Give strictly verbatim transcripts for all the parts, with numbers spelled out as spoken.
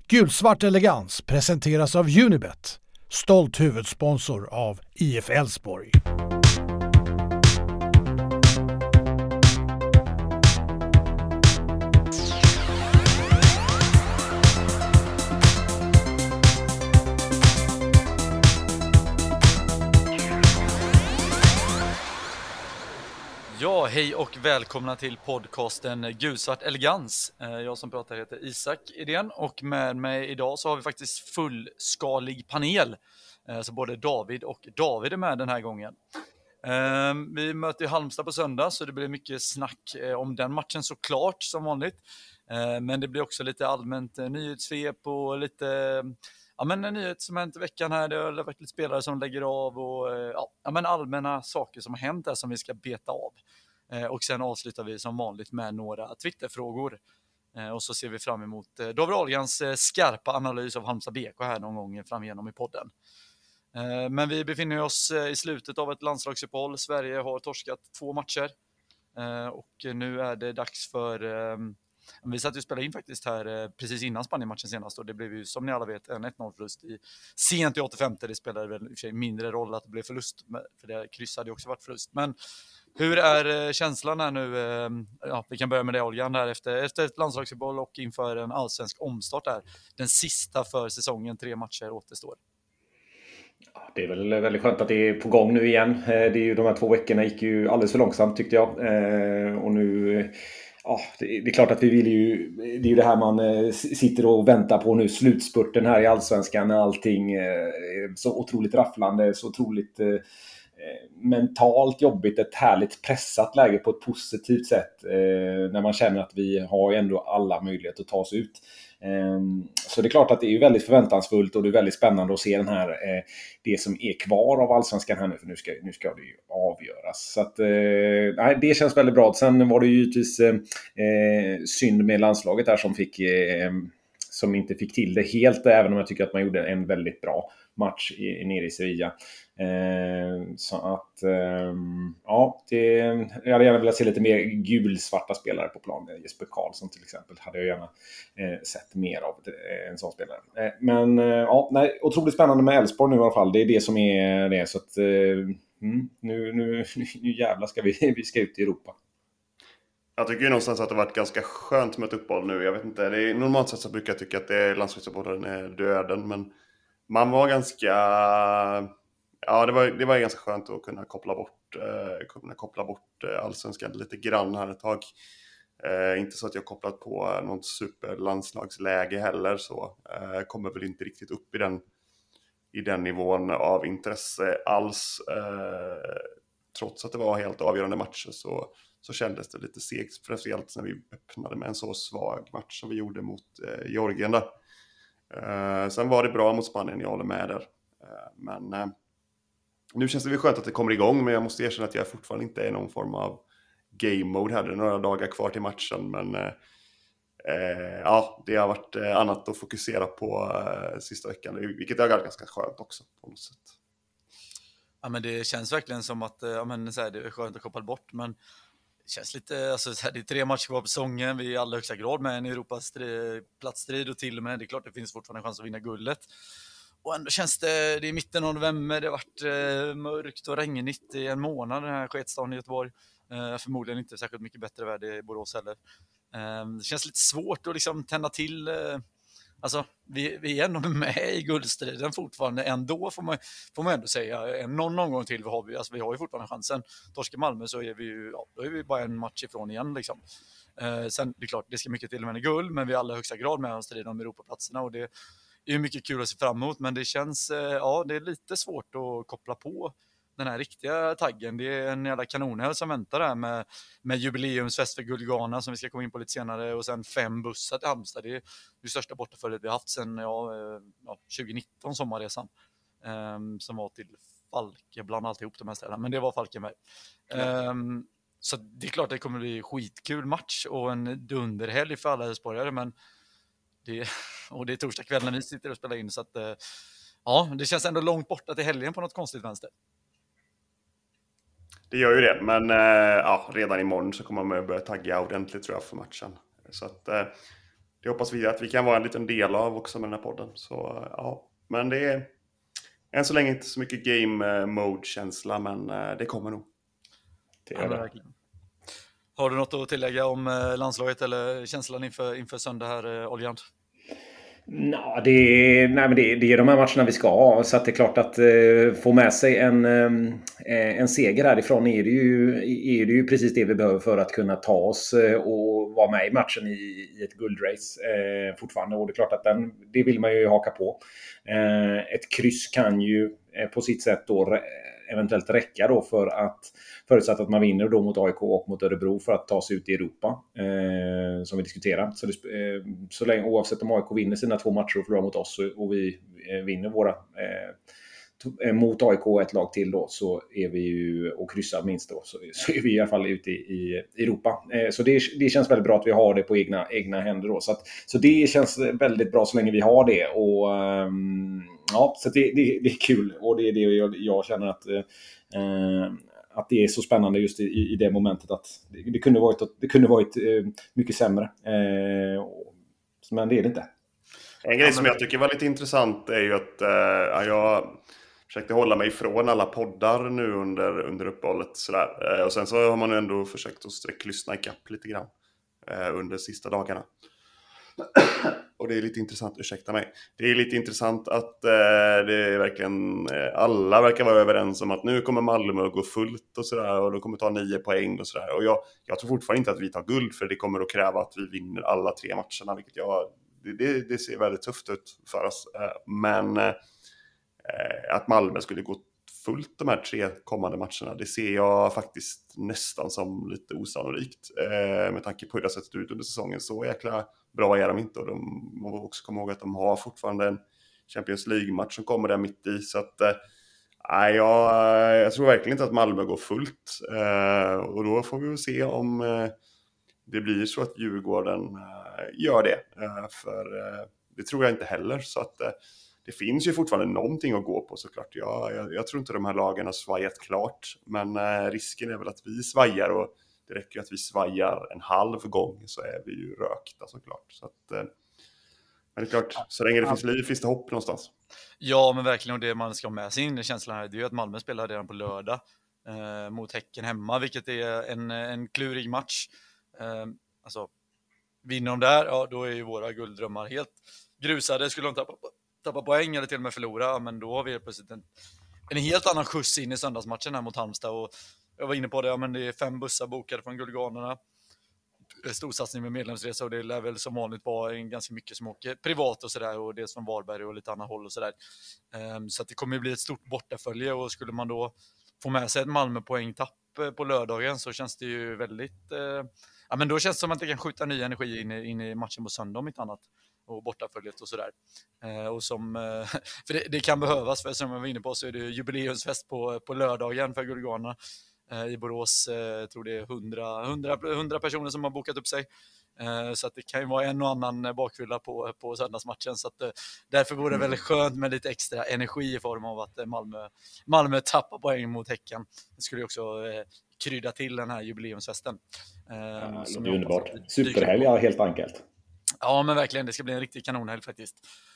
Gulsvart elegans presenteras av Unibet, stolt huvudsponsor av I F Elfsborg. Ja, hej och välkomna till podcasten Gulsvart elegans. Jag som pratar heter Isak Idén och med mig idag så har vi faktiskt fullskalig panel. Så både David och David är med den här gången. Vi möter ju Halmstad på söndag så det blir mycket snack om den matchen såklart som vanligt. Men det blir också lite allmänt nyhetssvep och lite... Ja, men en nyhet som hänt i veckan här, det har varit lite spelare som lägger av och ja, men allmänna saker som har hänt där som vi ska beta av. Eh, och sen avslutar vi som vanligt med några Twitterfrågor. Eh, och så ser vi fram emot eh, David Ahlgrens eh, skarpa analys av Halmstad B K här någon gång fram igenom i podden. Eh, men vi befinner oss eh, i slutet av ett landslagsuppehåll. Sverige har torskat två matcher. Eh, och nu är det dags för... Eh, Vi satt ju och spelade in faktiskt här precis innan Spanien-matchen senast och det blev ju som ni alla vet en ett noll-förlust i sent i åttiofem. Det spelade väl i och för sig mindre roll att det blev förlust för det kryssade ju också varit förlust. Men hur är känslan här nu? Ja, vi kan börja med det Olgan där efter, efter ett landslagsuppehåll och inför en allsvensk omstart där. Den sista för säsongen, tre matcher återstår. Det är väl väldigt skönt att det är på gång nu igen. Det är ju, de här två veckorna gick ju alldeles för långsamt tyckte jag. Och nu... Ja, det är klart att vi vill ju, det är ju det här man sitter och väntar på nu, slutspurten här i Allsvenskan när allting är så otroligt rafflande, så otroligt eh, mentalt jobbigt, ett härligt pressat läge på ett positivt sätt eh, när man känner att vi har ändå alla möjligheter att ta oss ut. Eh, så det är klart att det är väldigt förväntansfullt och det är väldigt spännande att se den här, eh, det som är kvar av Allsvenskan här nu, för nu ska, nu ska det ju avgöras. Så att, eh, nej, det känns väldigt bra. Sen var det ju givetvis eh, synd med landslaget här som fick eh, som inte fick till det helt, även om jag tycker att man gjorde en väldigt bra match i, nere i Sevilla. Eh, så att eh, ja, det, jag hade gärna velat se lite mer gulsvarta spelare på plan. Jesper Karlsson till exempel hade jag gärna eh, sett mer av eh, en sån spelare. Eh, men eh, ja, nej, otroligt spännande med Elfsborg nu i alla fall. Det är det som är det. Så att eh, mm, nu, nu, nu jävlar ska vi, vi ska ut i Europa. Jag tycker ju någonstans att det har varit ganska skönt med ett uppehåll nu. Jag vet inte, det är, normalt sett så brukar jag tycka att det är landslagsuppehållen är döden, men man var ganska... Ja, det var, det var ganska skönt att kunna koppla bort, eh, kunna koppla bort eh, allsvenskan lite grann här ett tag. Eh, inte så att jag kopplat på något superlandslagsläge heller, så eh, kommer väl inte riktigt upp i den, i den nivån av intresse alls. Eh, trots att det var helt avgörande matcher så, så kändes det lite segt, speciellt när vi öppnade med en så svag match som vi gjorde mot eh, Georgien där. Eh, sen var det bra mot Spanien, jag håller med där. Eh, men... Eh, Nu känns det väl skönt att det kommer igång, men jag måste erkänna att jag fortfarande inte är i någon form av game mode här. Det är några dagar kvar till matchen, men eh, ja, det har varit eh, annat att fokusera på eh, sista veckan, vilket är ganska skönt också på något sätt. Ja, men det känns verkligen som att ja, men, så här, det är skönt att koppla bort, men det känns lite, alltså, så här, det är tre matcher kvar på säsongen, vi är i allra högsta grad med en Europas platsstrid och till och med, det är klart det finns fortfarande en chans att vinna guldet. Och ändå känns det, det är mitten av november, det har varit eh, mörkt och regnigt i en månad den här sketstaden i Göteborg. Eh, förmodligen inte särskilt mycket bättre värde i Borås heller. Eh, det känns lite svårt att liksom tända till. Eh, alltså, vi, vi är ändå med i guldstriden fortfarande. Ändå får man, får man ändå säga, någon, någon gång till har vi, alltså, vi har ju fortfarande chansen. Torska Malmö så är vi ju, ja, då är vi bara en match ifrån igen liksom. Eh, sen det är klart, det ska mycket till med en guld, men vi är alla högsta grad med oss striden om Europaplatserna och det det är mycket kul att se fram emot, men det känns, ja, det är lite svårt att koppla på den här riktiga taggen. Det är en jävla kanonhelg som väntar där med, med jubileumsfest för Guldgana som vi ska komma in på lite senare och sen fem bussar till Halmstad. Det är det största bortaföljet vi har haft sedan ja, ja, tjugonitton, sommarresan, um, som var till Falke, bland alltihop de här ställena, men det var Falkenberg. Um, så det är klart att det kommer bli skitkul match och en dunderhelg för alla Elfsborgare, men det, och det är torsdag kväll när vi sitter och spelar in, så att ja, det känns ändå långt borta till helgen på något konstigt vänster. Det gör ju det, men ja, redan imorgon så kommer man börja tagga ordentligt tror jag för matchen. Så att det hoppas vi att vi kan vara en liten del av också med den här podden. Så ja, men det är än så länge inte så mycket game mode-känsla, men det kommer nog. Det gör det. Har du något att tillägga om landslaget eller känslan inför, inför söndag här, Oljand? Nå, det, är, nej, men det, det är de här matcherna vi ska ha. Så att det är klart att eh, få med sig en, eh, en seger härifrån är det, ju, är det ju precis det vi behöver för att kunna ta oss eh, och vara med i matchen i, i ett guldrace eh, fortfarande. Och det är klart att den, det vill man ju haka på. Eh, ett kryss kan ju eh, på sitt sätt då eventuellt räcka då för att förutsatt att man vinner då mot A I K och mot Örebro för att ta sig ut i Europa eh, som vi diskuterar. Så, det, eh, så länge, oavsett om A I K vinner sina två matcher och förlorar mot oss och vi eh, vinner våra eh, mot A I K ett lag till då, så är vi ju och kryssar minst då, så, så är vi i alla fall ute i, i Europa. Eh, så det, det känns väldigt bra att vi har det på egna, egna händer då. Så, att, så det känns väldigt bra så länge vi har det. Och um, ja, så det, det, det är kul och det är det jag, jag känner att eh, att det är så spännande just i, i det momentet att det, det kunde varit, det kunde varit eh, mycket sämre. Eh, men det är det inte. En grej som jag tycker var lite intressant är ju att eh, jag försökte hålla mig ifrån alla poddar nu under, under uppehållet. Sådär. Eh, och sen så har man ändå försökt att sträcklyssna i kapp lite grann eh, under sista dagarna. Och det är lite intressant, ursäkta mig. Det är lite intressant att eh, det är verkligen eh, alla verkar vara överens om att nu kommer Malmö att gå fullt och sådär, och de kommer ta nio poäng och sådär. Och jag, jag tror fortfarande inte att vi tar guld, för det kommer att kräva att vi vinner alla tre matcherna, vilket jag, det, det, det ser väldigt tufft ut för oss. Eh, men eh, att Malmö skulle gå fullt de här tre kommande matcherna, det ser jag faktiskt nästan som lite osannolikt eh, med tanke på hur det har sett ut under säsongen. Så jäkla bra är de inte, och de måste också komma ihåg att de har fortfarande en Champions League-match som kommer där mitt i, så att eh, jag, jag tror verkligen inte att Malmö går fullt eh, och då får vi väl se om eh, det blir så att Djurgården eh, gör det, eh, för eh, det tror jag inte heller, så att eh, det finns ju fortfarande någonting att gå på såklart. Jag, jag, jag tror inte de här lagen har svajat klart. Men eh, risken är väl att vi svajar. Och det räcker att vi svajar en halv gång så är vi ju rökta såklart. Så att, eh, men det är klart, så länge det finns liv finns det hopp någonstans. Ja, men verkligen. Och det man ska ha med sig in i känslan här, det är ju att Malmö spelar redan på lördag eh, mot Häcken hemma. Vilket är en, en klurig match. Eh, alltså, vinner de där, ja då är ju våra gulddrömmar helt grusade. Skulle de tappa tappa poäng eller till och med förlora, men då har vi plötsligt en, en helt annan skjuts in i söndagsmatchen här mot Halmstad. Och jag var inne på det, ja, men det är fem bussar bokade från Guldganerna. Storsatsning med medlemsresa, och det lär väl som vanligt vara en ganska mycket som åker privat och sådär, och dels från Varberg och lite annat håll och sådär. Um, så att det kommer ju bli ett stort bortafölje, och skulle man då få med sig ett Malmö-poängtapp på lördagen så känns det ju väldigt... Uh, ja, men då känns det som att det kan skjuta ny energi in i, in i matchen på söndag om inte annat. Och bortaföljet och sådär. Eh, och som, eh, för det, det kan behövas, för som jag var inne på så är det jubileumsfest på, på lördagen för Guldganerna eh, i Borås. Eh, jag tror det är hundra personer som har bokat upp sig. Eh, så att det kan ju vara en och annan bakfylla på, på söndagsmatchen. Så att, eh, därför vore det väldigt skönt med lite extra energi i form av att Malmö, Malmö tappar poäng mot Häcken. Det skulle ju också eh, krydda till den här jubileumsfesten. Eh, ja, som det är underbart. Superhelg, ja, helt enkelt. Ja, men verkligen. Det ska bli en riktig kanonhelg faktiskt.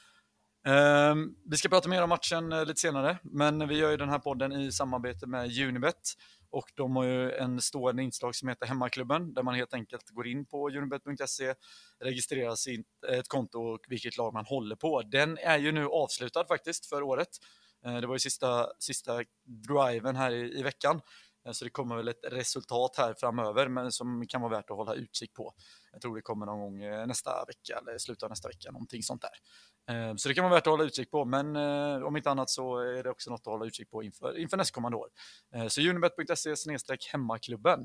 Um, vi ska prata mer om matchen uh, lite senare, men vi gör ju den här podden i samarbete med Unibet, och de har ju en stående inslag som heter Hemmaklubben, där man helt enkelt går in på unibet punkt se, registrerar sitt, ett konto och vilket lag man håller på. Den är ju nu avslutad faktiskt för året. Uh, det var ju sista, sista driven här i, i veckan. Så det kommer väl ett resultat här framöver, men som kan vara värt att hålla utkik på. Jag tror det kommer någon gång nästa vecka eller slutet av nästa vecka, någonting sånt där. Så det kan vara värt att hålla utkik på, men om inte annat så är det också något att hålla utkik på inför, inför nästkommande år. Så unibet punkt se snedstreck hemmaklubben.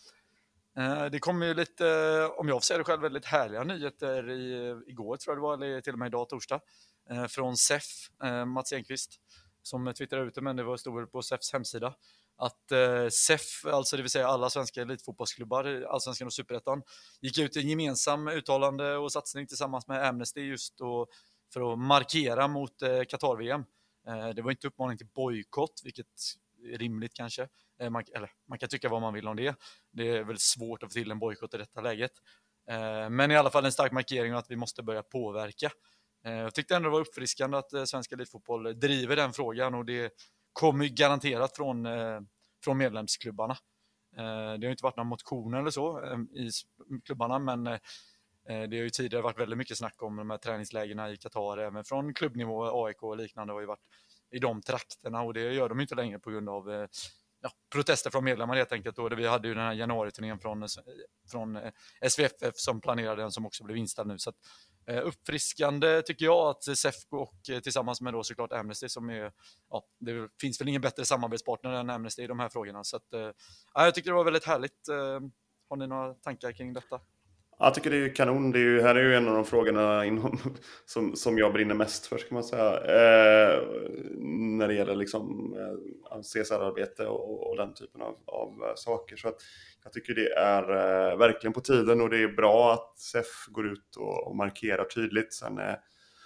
Det kommer ju lite, om jag får säga det själv, väldigt härliga nyheter i, igår tror jag det var, eller till och med idag torsdag, från S E F, Mats Enqvist, som twittrade ut det, men det var stod på S E Fs hemsida. Att eh, S E F, alltså det vill säga alla svenska elitfotbollsklubbar, Allsvenskan och Superettan, gick ut i en gemensam uttalande och satsning tillsammans med Amnesty just då, för att markera mot eh, Qatar-V M. Eh, det var inte uppmaning till bojkott, vilket är rimligt kanske. Eh, man, eller, man kan tycka vad man vill om det. Det är väl svårt att få till en bojkott i detta läget. Eh, men i alla fall en stark markering att vi måste börja påverka. Eh, jag tyckte ändå det var uppfriskande att eh, svensk elitfotboll driver den frågan, och det kommer ju garanterat från, eh, från medlemsklubbarna. Eh, det har inte varit några motioner eller så eh, i klubbarna, men eh, det har ju tidigare varit väldigt mycket snack om de här träningslägena i Qatar, även från klubbnivå. A I K och liknande har ju varit i de trakterna, och det gör de inte längre på grund av eh, ja, protester från medlemmar helt enkelt. Då. Vi hade ju den här januariturnén från, från S V F F som planerade den, som också blev inställd nu. Så att, eh, uppfriskande tycker jag att S E F K och eh, tillsammans med då såklart Amnesty, som är, ja, det finns väl ingen bättre samarbetspartner än Amnesty i de här frågorna. Så att, eh, jag tycker det var väldigt härligt. Eh, har ni några tankar kring detta? Jag tycker det är kanon. Det är ju, här är ju en av de frågorna inom, som, som jag brinner mest för, ska man säga. Eh, när det gäller liksom, eh, C S R-arbete och, och den typen av, av saker. Så att jag tycker det är eh, verkligen på tiden, och det är bra att S E F går ut och, och markerar tydligt. Sen eh,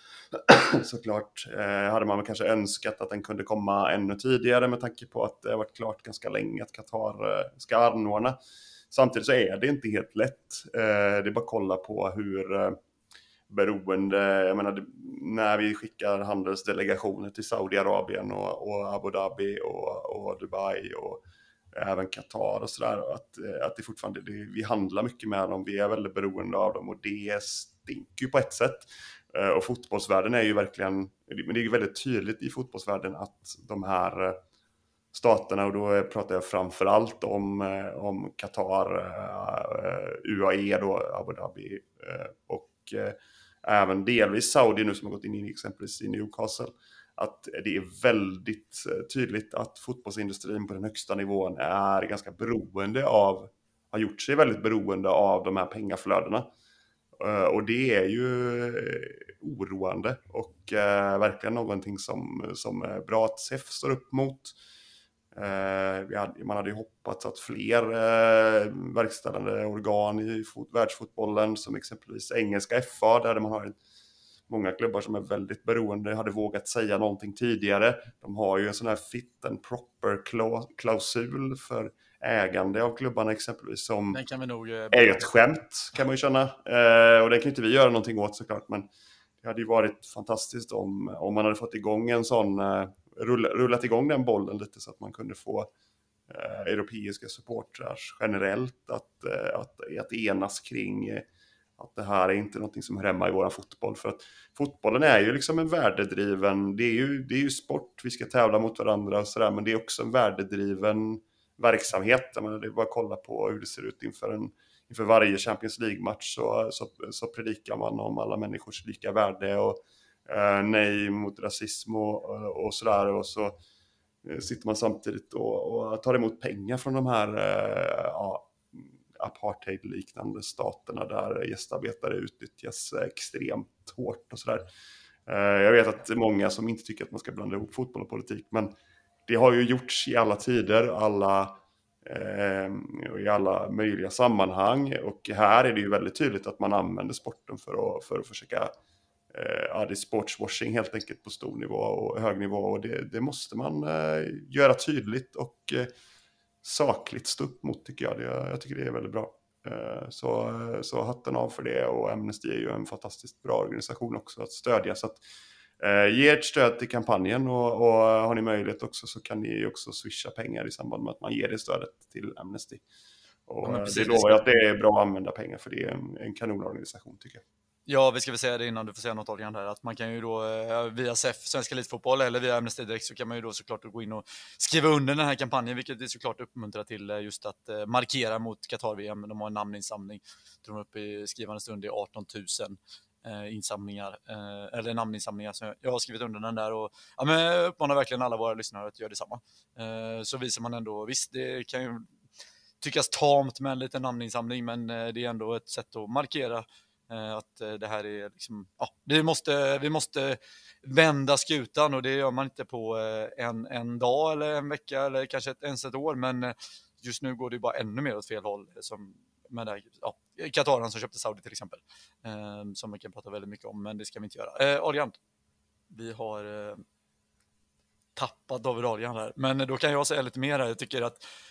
såklart eh, hade man väl kanske önskat att den kunde komma ännu tidigare, med tanke på att det har varit klart ganska länge att Qatar eh, ska anordna. Samtidigt så är det inte helt lätt. Eh, det är bara att kolla på hur eh, beroende, jag menar, när vi skickar handelsdelegationer till Saudiarabien och, och Abu Dhabi och, och Dubai och även Qatar och sådär, att, att det fortfarande, det, vi handlar mycket med dem, vi är väldigt beroende av dem, och det stinker ju på ett sätt. Eh, och fotbollsvärlden är ju verkligen, men det är ju väldigt tydligt i fotbollsvärlden att de här staterna, och då pratar jag framförallt om, om Qatar, U A E då, Abu Dhabi och även delvis Saudi nu som har gått in i exempelvis i Newcastle, att det är väldigt tydligt att fotbollsindustrin på den högsta nivån är ganska beroende av, har gjort sig väldigt beroende av de här pengaflödena. Och det är ju oroande och verkligen någonting som, som är bra att S E F står upp mot. Eh, vi hade, man hade ju hoppats att fler eh, verkställande organ i fot, världsfotbollen, som exempelvis engelska F A, där man har en, många klubbar som är väldigt beroende, hade vågat säga någonting tidigare. De har ju en sån här fit and proper klausul för ägande av klubbarna exempelvis, som den kan vi nog, eh, är ju ett skämt, kan man ju känna. Eh, och det kan inte vi göra någonting åt såklart, men det hade ju varit fantastiskt om, om man hade fått igång en sån, eh, rullat igång den bollen lite, så att man kunde få eh, europeiska supportrar generellt att, eh, att, att enas kring eh, att det här är inte någonting som hör hemma i våran fotboll. För att fotbollen är ju liksom en värdedriven, det är ju, det är ju sport, vi ska tävla mot varandra och sådär, men det är också en värdedriven verksamhet. Jag menar, det är bara att kolla på hur det ser ut inför en inför varje Champions League-match, så, så, så predikar man om alla människors lika värde och eh, nej mot rasism och, och sådär, och så eh, sitter man samtidigt och, och tar emot pengar från de här eh, ja, apartheid-liknande staterna där gästarbetare utnyttjas extremt hårt och sådär. Eh, jag vet att det är många som inte tycker att man ska blanda ihop fotboll och politik, men det har ju gjorts i alla tider, alla i alla möjliga sammanhang, och här är det ju väldigt tydligt att man använder sporten för att, för att försöka ja, det är sportswashing helt enkelt på stor nivå och hög nivå, och det, det måste man göra tydligt och sakligt stå upp mot, tycker jag. Det, jag tycker det är väldigt bra. Så, så hatten av för det, och Amnesty är ju en fantastiskt bra organisation också att stödja, så att Eh, ge ert stöd till kampanjen, och, och har ni möjlighet också så kan ni också swisha pengar i samband med att man ger det stödet till Amnesty. Och ja, det lovar jag att det är bra att använda pengar, för det är en, en kanonorganisation, tycker jag. Ja, vi ska väl säga det innan du får säga något, Adrian, här, att man kan ju då via S E F, Svenska Elitfotboll, eller via Amnesty direkt, så kan man ju då såklart gå in och skriva under den här kampanjen, vilket vi såklart uppmuntrar till, just att markera mot Qatar-V M. De har en namninsamling, tror de upp i skrivande stund i arton tusen Eh, insamlingar, eh, eller namninsamlingar, så jag har skrivit under den där, och ja, men jag uppmanar verkligen alla våra lyssnare att göra detsamma. Eh, så visar man ändå, visst, det kan ju tyckas tamt med en liten namninsamling, men eh, det är ändå ett sätt att markera eh, att eh, det här är liksom, ja, vi måste, vi måste vända skutan, och det gör man inte på eh, en, en dag eller en vecka eller kanske ett, ens ett år, men eh, just nu går det bara ännu mer åt fel håll, som med det här, ja, Qataran som köpte Saudi till exempel, eh, som man kan prata väldigt mycket om, men det ska vi inte göra. Eh, Adrian, vi har eh, tappat David Adrian här, men då kan jag säga lite mer här. Jag tycker att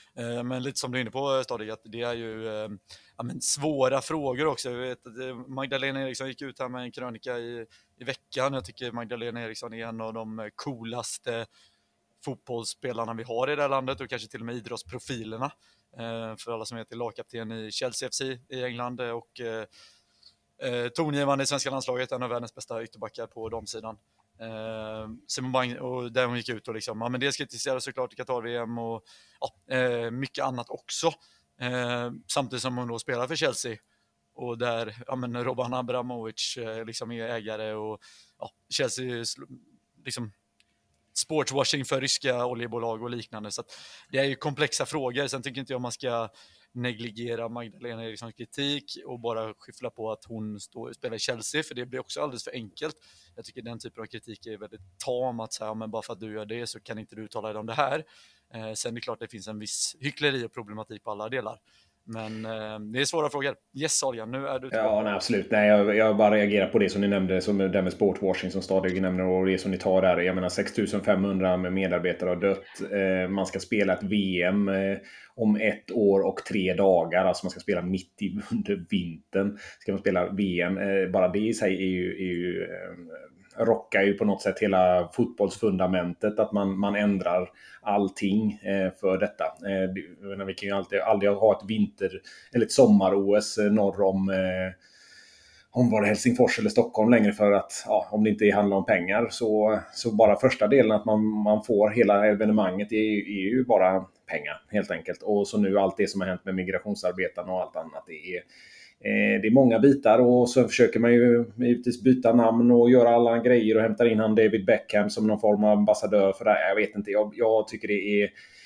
Eh, men lite som du är inne på, Stadig, att det är ju eh, ja, men svåra frågor också. Jag vet att eh, Magdalena Eriksson gick ut här med en krönika i, i veckan. Jag tycker Magdalena Eriksson är en av de coolaste fotbollsspelarna vi har i det här landet och kanske till och med idrottsprofilerna. Eh, för alla som vet, är lagkapten i Chelsea F C i England och eh, eh, tongivande i svenska landslaget, en av världens bästa ytterbackar på damsidan. Eh, Simon Bang, och där hon gick ut och liksom, ja men det ska kritiseras såklart i Qatar-V M och ja, eh, mycket annat också. Eh, samtidigt som hon då spelar för Chelsea och där ja, men Roman Abramovic eh, liksom är ägare och ja, Chelsea liksom sportswashing för ryska oljebolag och liknande. Så att det är ju komplexa frågor. Sen tycker inte jag man ska negligera Magdalena Erikssons kritik och bara skyffla på att hon står, spelar i Chelsea, för det blir också alldeles för enkelt. Jag tycker den typen av kritik är väldigt tam, att säga, men bara för att du gör det så kan inte du uttala dig om det här. Eh, sen är det klart att det finns en viss hyckleri och problematik på alla delar. Men eh, det är svåra frågor. Yes, Saljan, nu är du tillbaka. Ja, nej, absolut. Nej, jag, jag bara reagerar på det som ni nämnde, som det med sportwashing som Stadig nämner och det som ni tar där. Jag menar sex tusen femhundra med medarbetare har dött. Eh, man ska spela ett V M eh, om ett år och tre dagar. Alltså man ska spela mitt i under vintern. Ska man spela V M. Eh, bara det i sig är ju... Är ju eh, rockar ju på något sätt hela fotbollsfundamentet, att man, man ändrar allting eh, för detta. Eh, vi kan ju alltid, aldrig ha ett vinter eller ett sommar-O S norr om eh, om var det Helsingfors eller Stockholm längre, för att ja, om det inte handlar om pengar så, så bara första delen att man, man får hela evenemanget är, är ju bara pengar helt enkelt. Och så nu allt det som har hänt med migrationsarbetarna och allt annat, det är Det är många bitar och så försöker man ju givetvis byta namn och göra alla grejer och hämtar in han David Beckham som någon form av ambassadör för det här. Jag vet inte, jag, jag tycker det är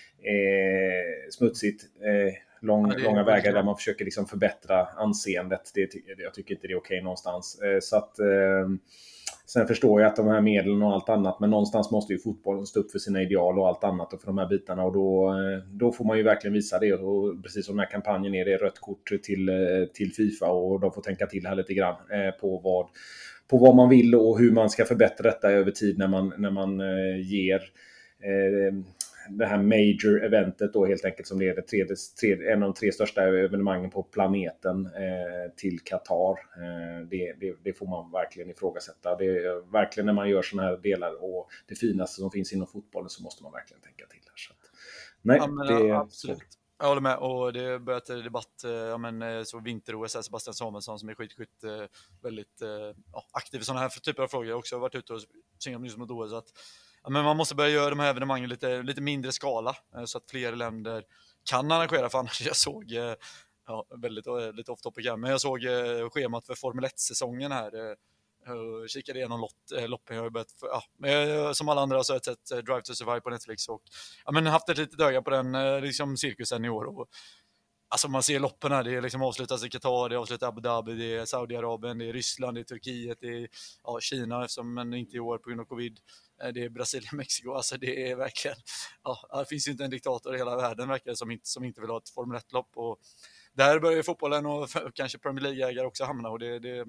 eh, smutsigt. Eh, lång, ja, långa vägar där man försöker liksom förbättra anseendet. Det, jag tycker inte det är okej någonstans. Eh, så att... Eh, Sen förstår jag att de här medlen och allt annat, men någonstans måste ju fotbollen stå upp för sina ideal och allt annat och för de här bitarna, och då, då får man ju verkligen visa det. Och precis som den här kampanjen är det rött kort till, till FIFA, och de får tänka till här lite grann på vad, på vad man vill och hur man ska förbättra detta över tid när man, när man ger eh, det här major eventet då helt enkelt, som det är det tredje, tredje, en av de tre största evenemangen på planeten eh, till Qatar. Eh, det, det, det får man verkligen ifrågasätta. Det är verkligen när man gör såna här delar och det finaste som finns inom fotbollen, så måste man verkligen tänka till här. Så att, nej, ja, men, det är absolut. Svårt. Jag håller med, och det börjat debatt, ja, men, så vinter-O S, Sebastian Samuelsson som är skitskytt, väldigt ja, aktiv i sådana här typer av frågor. Jag har också varit ute och syngat nyss mot O S, att ja, men man måste börja göra de här evenemangen lite, lite mindre skala så att fler länder kan arrangera. För annars, jag såg, ja, väldigt lite off topic här, men jag såg schemat för Formel ett-säsongen här. Jag kikade igenom lot, loppen. Jag har börjat, ja, som alla andra så har jag sett Drive to Survive på Netflix och ja, men haft ett litet öga på den liksom, cirkusen i år. Och, alltså man ser loppen här, det är liksom avslutas i Qatar, det är avslutas i Abu Dhabi, det är Saudiarabien, det är Ryssland, det är Turkiet, det är ja, Kina, eftersom men inte i år på grund av covid, det är Brasilien, Mexiko. Alltså det är verkligen, ja, det finns ju inte en diktator i hela världen verkar som inte, som inte vill ha ett Formel ett-lopp. Och där börjar ju fotbollen och kanske Premier League-ägare också hamna, och det, det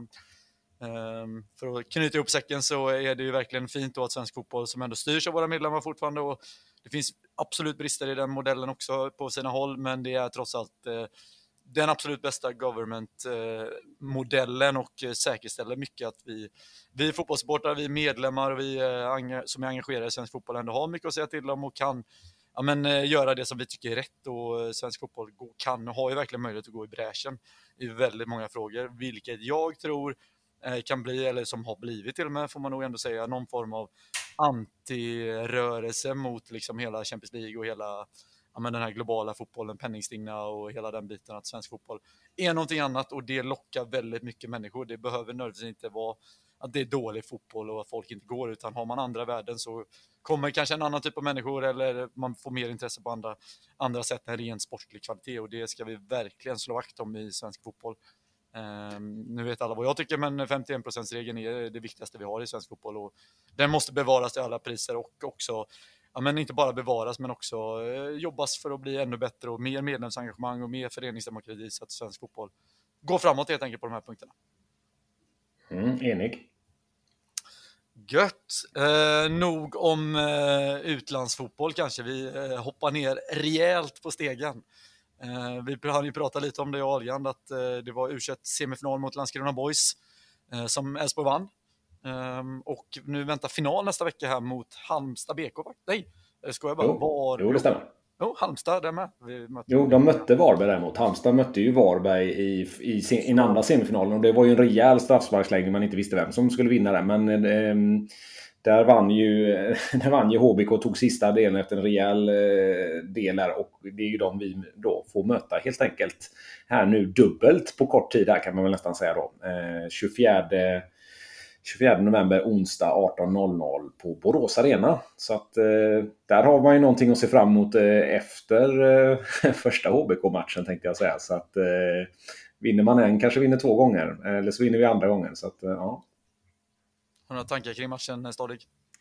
Um, för att knyta ihop säcken så är det ju verkligen fint då att svensk fotboll som ändå styrs av våra medlemmar fortfarande, och det finns absolut brister i den modellen också på sina håll, men det är trots allt uh, den absolut bästa government-modellen uh, och uh, säkerställer mycket att vi, vi fotbollssupportrar, vi medlemmar och vi uh, som är engagerade i svensk fotboll ändå har mycket att säga till om och kan ja, men, uh, göra det som vi tycker är rätt, och uh, svensk fotboll kan och har ju verkligen möjlighet att gå i bräschen i väldigt många frågor, vilket jag tror kan bli, eller som har blivit till och med, får man nog ändå säga, någon form av antirörelse mot liksom hela Champions League och hela ja, men den här globala fotbollen, penningstigna och hela den biten, att svensk fotboll är någonting annat, och det lockar väldigt mycket människor. Det behöver nödvändigtvis inte vara att det är dålig fotboll och att folk inte går, utan har man andra värden så kommer kanske en annan typ av människor, eller man får mer intresse på andra, andra sätt än ren sportlig kvalitet, och det ska vi verkligen slå vakt om i svensk fotboll. Um, nu vet alla vad jag tycker, men femtioen procent-regeln är det viktigaste vi har i svensk fotboll, och den måste bevaras till alla priser, och också, ja, men inte bara bevaras men också uh, jobbas för att bli ännu bättre, och mer medlemsengagemang och mer föreningsdemokrati, så att svensk fotboll går framåt helt enkelt på de här punkterna. Mm, enig. Gött. Eh, nog om eh, utlandsfotboll kanske. Vi eh, hoppar ner rejält på stegen. Eh, vi hann ju prata lite om det i Adrian, att eh, det var U tjugoett-semifinal mot Landskrona Boys eh, som Elfsborg vann. Eh, och nu väntar final nästa vecka här mot Halmstad B K. Nej, ska jag bara... Jo, var... jo det stämmer. Jo, Halmstad, där med. Vi mötte... Jo, de mötte Varberg däremot. Halmstad mötte ju Varberg i, i, i, i den andra semifinalen. Och det var ju en rejäl straffsparksläggning, man inte visste vem som skulle vinna den. Men eh, där vann ju, där vann ju H B K, tog sista delen efter en rejäl eh, del där. Och det är ju de vi då får möta helt enkelt här nu dubbelt på kort tid. Där kan man väl nästan säga då. Eh, tjugofjärde november, onsdag arton noll noll på Borås Arena. Så att eh, där har man ju någonting att se fram emot eh, efter eh, första H B K-matchen, tänkte jag säga. Så att eh, vinner man en, kanske vinner två gånger. Eller så vinner vi andra gången. Så att, eh, ja. Har du några tankar kring matchen, Stadig?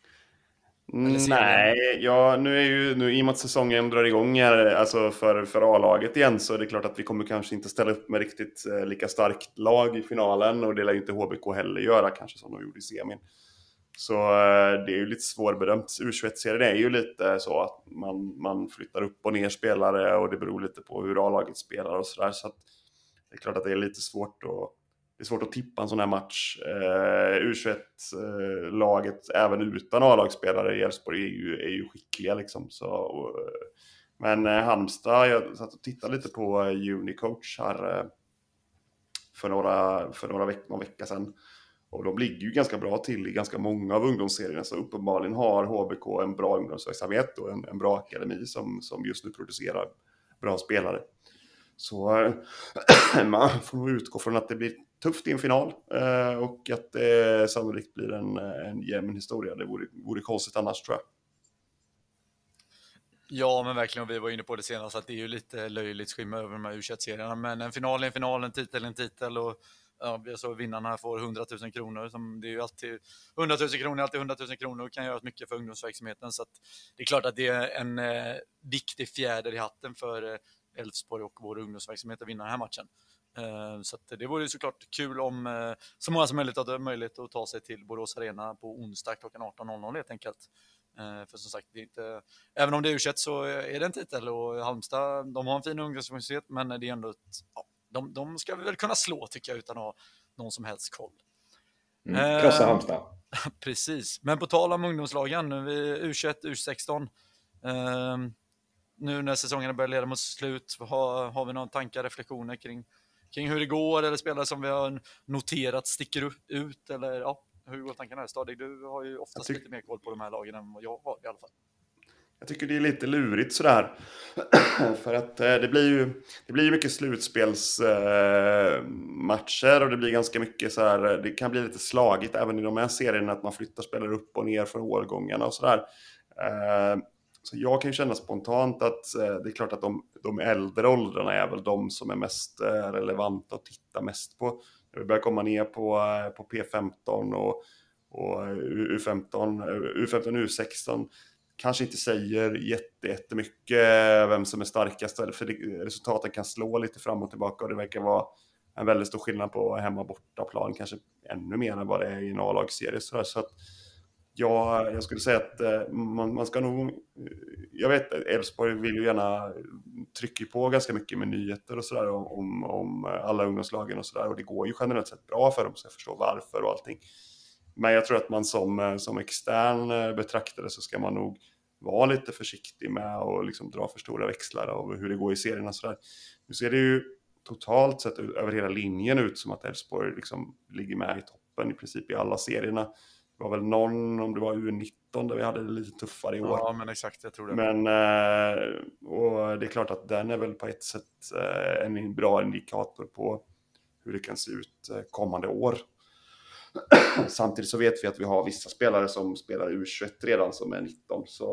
Nej, ja, nu är ju nu i och med att säsongen drar igång här, alltså för, för A-laget igen, så är det klart att vi kommer kanske inte ställa upp med riktigt eh, lika starkt lag i finalen, och det lär ju inte H B K heller göra kanske som de gjorde i semin. Så eh, det är ju lite svårbedömt. U tjugoett-serien är ju lite så att man, man flyttar upp och ner spelare, och det beror lite på hur A-laget spelar och sådär, så att det är klart att det är lite svårt att Det är svårt att tippa en sån här match. Uh, U tjugoett-laget, uh, även utan A-lagsspelare i Elfsborg, är ju, är ju skickliga. Liksom. Så, uh, men uh, Halmstad, jag satt och tittade lite på uh, Unicoach här uh, för några, för några veck- någon vecka sedan. Och de ligger ju ganska bra till i ganska många av ungdomsserierna. Så uppenbarligen har H B K en bra ungdomsverksamhet och en, en bra akademi som, som just nu producerar bra spelare. Så uh, man får nog utgå från att det blir tufft i en final eh, och att det sannolikt blir en, en jämn historia. Det vore, vore konstigt annars, tror jag. Ja, men verkligen. Vi var inne på det senast att det är ju lite löjligt skimma över de här U tjugoett-serierna. Men en final är en final, en titel är en titel. Och ja, så vinnarna får hundratusen kronor. Som det är ju alltid, hundratusen kronor är alltid hundratusen kronor och kan göra mycket för ungdomsverksamheten. Så att det är klart att det är en eh, viktig fjäder i hatten för Elfsborg och vår ungdomsverksamhet att vinna den här matchen. Så att det vore ju såklart kul om så många som möjligt hade möjlighet att ta sig till Borås Arena på onsdag klockan arton noll noll helt enkelt. För som sagt, det är inte, även om det är U tjugoett så är det en titel, och Halmstad, de har en fin ungdomsverksamhet, men det är ändå ett, ja, de, de ska vi väl kunna slå, tycker jag, utan att ha någon som helst koll. Mm, krossa Halmstad. Eh, precis, men på tal om ungdomslagen, nu är vi U tjugoett, U sexton. Eh, nu när säsongen börjar leda mot slut, har, har vi några tankar, reflektioner kring kring hur det går, eller spelare som vi har noterat sticker ut, eller ja, hur går tankarna här? Stadig, du har ju oftast tyck- lite mer koll på de här lagen än vad jag har i alla fall. Jag tycker det är lite lurigt sådär, för att eh, det blir ju det blir ju mycket slutspelsmatcher eh, och det blir ganska mycket så här, det kan bli lite slagigt även i de här serierna att man flyttar spelare upp och ner från årgångarna och sådär. Eh, Så jag kan ju känna spontant att eh, det är klart att de, de äldre åldrarna är väl de som är mest eh, relevanta att titta mest på. När vi börjar komma ner på, eh, på P femton och, och U femton, U femton, U sexton kanske inte säger jätte, jättemycket vem som är starkast, för det, resultaten kan slå lite fram och tillbaka, och det verkar vara en väldigt stor skillnad på hemma-bortaplan, kanske ännu mer än vad det är i en A-lagsserie. Så att ja, jag skulle säga att eh, man, man ska nog, jag vet att Elfsborg vill ju gärna trycka på ganska mycket med nyheter och sådär om, om alla ungdomslagen och sådär, och det går ju generellt sett bra för dem, så jag förstår varför och allting. Men jag tror att man som, som extern betraktare så ska man nog vara lite försiktig med att liksom dra för stora växlar av hur det går i serierna och sådär. Nu ser det ju totalt sett över hela linjen ut som att Elfsborg liksom ligger med i toppen i princip i alla serierna. Det var väl någon, om det var U nitton, där vi hade det lite tuffare i år. Ja, men exakt, jag tror det. Men och det är klart att den är väl på ett sätt en bra indikator på hur det kan se ut kommande år. Samtidigt så vet vi att vi har vissa spelare som spelar U tjugoett redan som är nitton. Så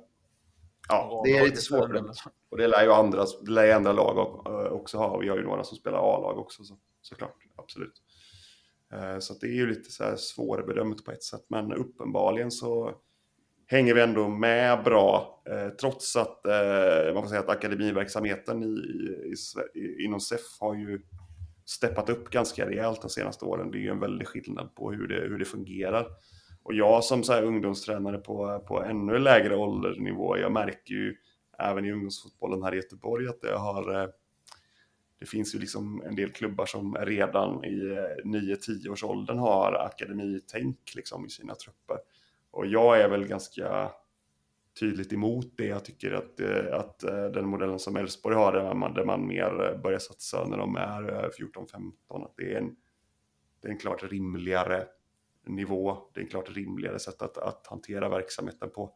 ja, det är lite svårt. Och det lär ju andra, det lär andra lag också ha. Vi har ju några som spelar A-lag också, så, såklart. Absolut. Så det är ju lite så här svårbedömt på ett sätt. Men uppenbarligen så hänger vi ändå med bra. Trots att man får säga att akademiverksamheten i, i, i, inom S E F har ju steppat upp ganska rejält de senaste åren. Det är ju en väldig skillnad på hur det, hur det fungerar. Och jag som så här ungdomstränare på, på ännu lägre åldernivå, jag märker ju även i ungdomsfotbollen här i Göteborg att det har... Det finns ju liksom en del klubbar som redan i nio tio års åldern har akademitänk liksom i sina trupper. Och jag är väl ganska tydligt emot det. Jag tycker att, att den modellen som Elfsborg har, där man, där man mer börjar satsa när de är fjorton femton, att det är en, det är en klart rimligare nivå. Det är en klart rimligare sätt att, att hantera verksamheten på.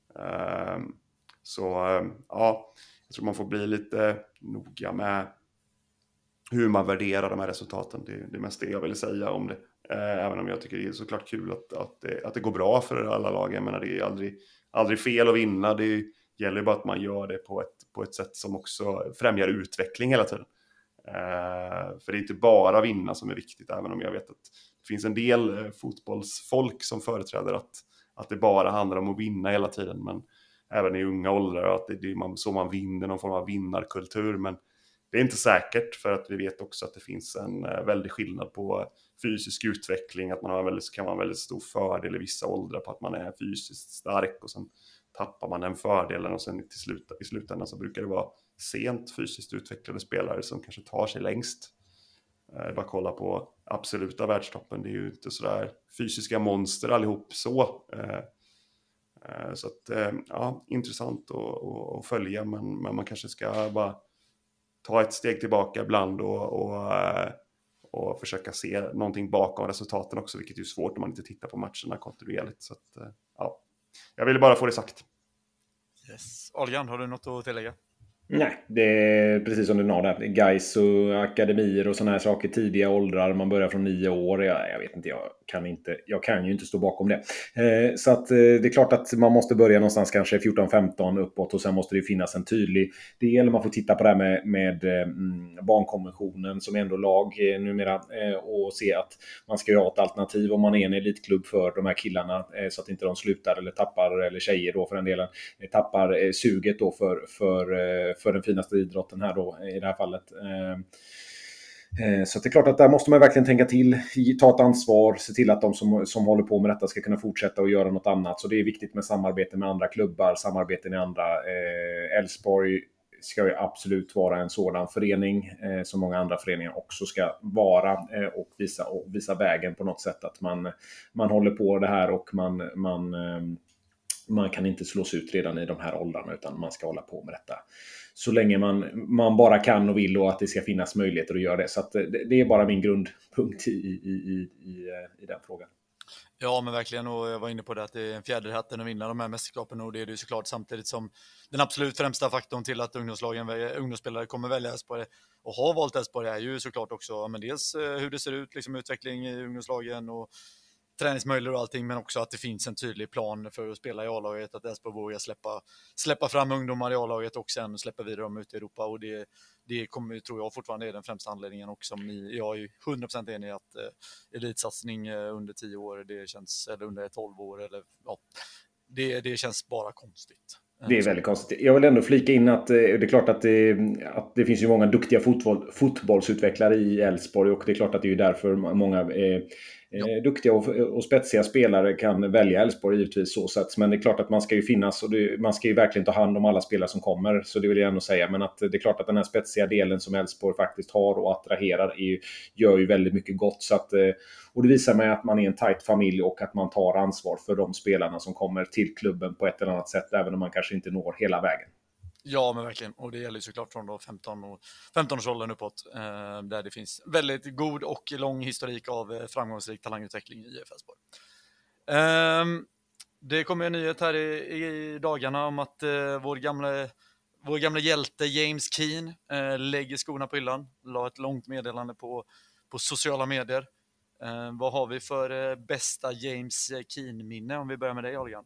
Så ja, jag tror man får bli lite noga med hur man värderar de här resultaten. Det är det mest det jag vill säga om det. Även om jag tycker det är såklart kul att, att, det, att det går bra för alla lagen. Men det är aldrig, aldrig fel att vinna. Det gäller bara att man gör det på ett, på ett sätt som också främjar utveckling hela tiden. För det är inte bara vinna som är viktigt. Även om jag vet att det finns en del fotbollsfolk som företräder att, att det bara handlar om att vinna hela tiden. Men även i unga åldrar att det är så man vinner, någon form av vinnarkultur. Men det är inte säkert, för att vi vet också att det finns en väldig skillnad på fysisk utveckling. Att man har en väldigt, kan vara en väldigt stor fördel i vissa åldrar på att man är fysiskt stark. Och sen tappar man den fördelen och sen till slut, i slutändan så brukar det vara sent fysiskt utvecklade spelare som kanske tar sig längst. Eh, bara kolla på absoluta världstoppen. Det är ju inte sådär fysiska monster allihop så. Eh, eh, så att, eh, ja, intressant att, att, att följa. Men, men man kanske ska bara ta ett steg tillbaka ibland och, och, och försöka se någonting bakom resultaten också, vilket är svårt om man inte tittar på matcherna kontinuerligt. Så att, ja, jag ville bara få det sagt. Yes. Olgan, har du något att tillägga? Nej, det är precis som du sa där. Guys och akademier och sådana här saker, tidiga åldrar, man börjar från nio år. Jag, jag vet inte, jag kan inte, jag kan ju inte stå bakom det. Eh, så att eh, det är klart att man måste börja någonstans kanske fjorton femton uppåt, och sen måste det finnas en tydlig del. Man får titta på det här med, med eh, barnkonventionen som är ändå lag eh, numera eh, och se att man ska ju ha ett alternativ om man är en elitklubb för de här killarna eh, så att inte de slutar eller tappar, eller tjejer då för den delen, eh, tappar eh, suget då för, för eh, för den finaste idrotten här då i det här fallet. Så det är klart att där måste man verkligen tänka till, ta ett ansvar, se till att de som, som håller på med detta ska kunna fortsätta och göra något annat. Så det är viktigt med samarbete med andra klubbar, samarbeten i andra. Elfsborg ska ju absolut vara en sådan förening som många andra föreningar också ska vara, och visa, och visa vägen på något sätt, att man, man håller på det här och man, man man kan inte slås ut redan i de här åldrarna, utan man ska hålla på med detta så länge man, man bara kan och vill, och att det ska finnas möjligheter att göra det. Så att det, det är bara min grundpunkt i, i, i, i, i den frågan. Ja, men verkligen, och jag var inne på det att det är en fjärde hatten att vinna de här mästerskapen, och det är det ju såklart samtidigt som den absolut främsta faktorn till att ungdomslagen, ungdomsspelare kommer välja Elfsborg och har valt Elfsborg är ju såklart också, men dels hur det ser ut, liksom utveckling i ungdomslagen och träningsmöjligheter och allting, men också att det finns en tydlig plan för att spela i A-laget, att Elfsborg vågar släppa, släppa fram ungdomar i A-laget och sen släppa vidare dem ut i Europa, och det, det kommer, tror jag fortfarande är den främsta anledningen också. Ni, jag är ju hundra procent enig i att eh, elitsatsning eh, under tio år, det känns, eller under tolv år, eller ja, det, det känns bara konstigt. Det är väldigt konstigt. Jag vill ändå flika in att det är klart att det, att det finns ju många duktiga fotboll, fotbollsutvecklare i Elfsborg, och det är klart att det är därför många eh, ja. duktiga och, och spetsiga spelare kan välja Elfsborg givetvis så sätt. Men det är klart att man ska ju finnas, och det, man ska ju verkligen ta hand om alla spelare som kommer, så det vill jag ändå säga. Men att det är klart att den här spetsiga delen som Elfsborg faktiskt har och attraherar är, gör ju väldigt mycket gott. Så att, och det visar mig att man är en tajt familj och att man tar ansvar för de spelarna som kommer till klubben på ett eller annat sätt, även om man kanske inte når hela vägen. Ja, men verkligen. Och det gäller såklart från då femton och femton-årsåldern uppåt, eh, där det finns väldigt god och lång historik av eh, framgångsrik talangutveckling i I F Elfsborg. Eh, det kommer en nyhet här i, i dagarna om att eh, vår gamla vår gamla hjälte James Keane eh, lägger skorna på hyllan. La ett långt meddelande på, på sociala medier. Eh, vad har vi för eh, bästa James Keane-minne, om vi börjar med dig, Olgan?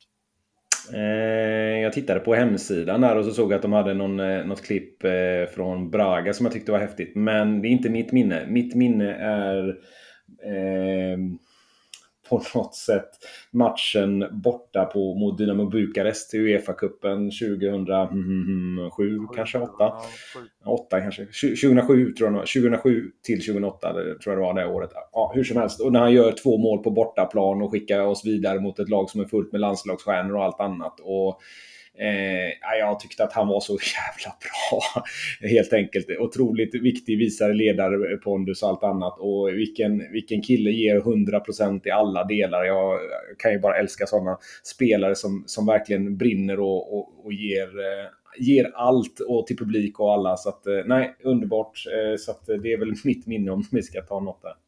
Jag tittade på hemsidan där och så såg jag att de hade någon, något klipp från Braga som jag tyckte var häftigt. Men det är inte mitt minne. Mitt minne är... Eh, på något sätt matchen borta på, mot Dynamo Bukarest i UEFA-cupen tjugohundrasju, kanske åtta. åtta kanske. tjugohundrasju tror jag. tjugohundrasju till tjugohundraåtta tror jag det var det året. Ja, hur som helst. Och när han gör två mål på bortaplan och skickar oss vidare mot ett lag som är fullt med landslagsstjärnor och allt annat. Och Eh, jag tyckte att han var så jävla bra. Helt enkelt. Otroligt viktig, visar ledarpondus och allt annat. Och vilken, vilken kille ger hundra procent i alla delar. Jag kan ju bara älska sådana spelare som, som verkligen brinner och, och, och ger, eh, ger allt och till publik och alla. Så att, eh, nej, underbart. Eh, så att det är väl mitt minne om vi ska ta något där.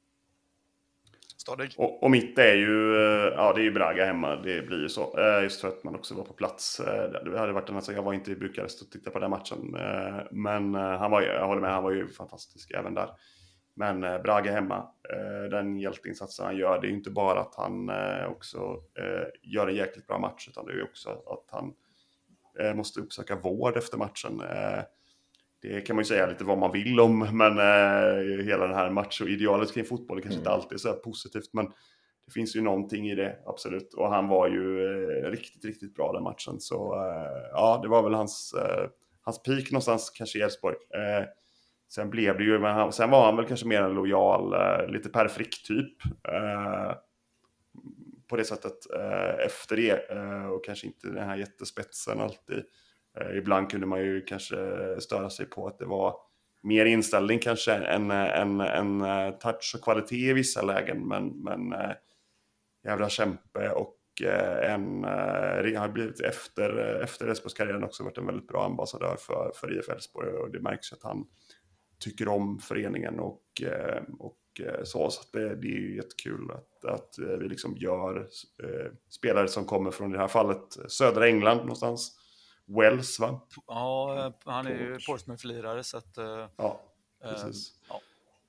Och, och mitt är ju, ja det är ju Braga hemma, det blir ju så. Just för att man också var på plats. Det hade varit en, alltså jag var inte i Bukarest och tittade på den matchen. Men han var, jag håller med, han var ju fantastisk även där. Men Braga hemma, den hjälteinsatsen han gör, det är ju inte bara att han också gör en jäkligt bra match, utan det är ju också att han måste uppsöka vård efter matchen. Det kan man ju säga lite vad man vill om, men eh, hela den här macho-idealet kring fotboll är kanske mm. inte alltid så här positivt, men det finns ju någonting i det, absolut. Och han var ju eh, riktigt, riktigt bra den matchen. Så eh, ja, det var väl hans, eh, hans peak någonstans, kanske i Elfsborg. Eh, sen blev det ju, men han, sen var han väl kanske mer en lojal, eh, lite Per Frick typ. Eh, på det sättet eh, efter det. Eh, och kanske inte den här jättespetsen alltid. Uh, ibland kunde man ju kanske störa sig på att det var mer inställning kanske än en, en, en touch och kvalitet i vissa lägen. Men, men uh, jävla kämpe och uh, en uh, har blivit efter, efter Elfsborgs karriären också varit en väldigt bra ambassadör för, för I F Elfsborg. Och det märks att han tycker om föreningen och, uh, och uh, så. Så att det, det är ju jättekul att, att uh, vi liksom gör uh, spelare som kommer från i det här fallet södra England någonstans. Wells, va? Ja, han är ju Portsmouth-lirare så att... Uh, ja, precis. Uh, ja.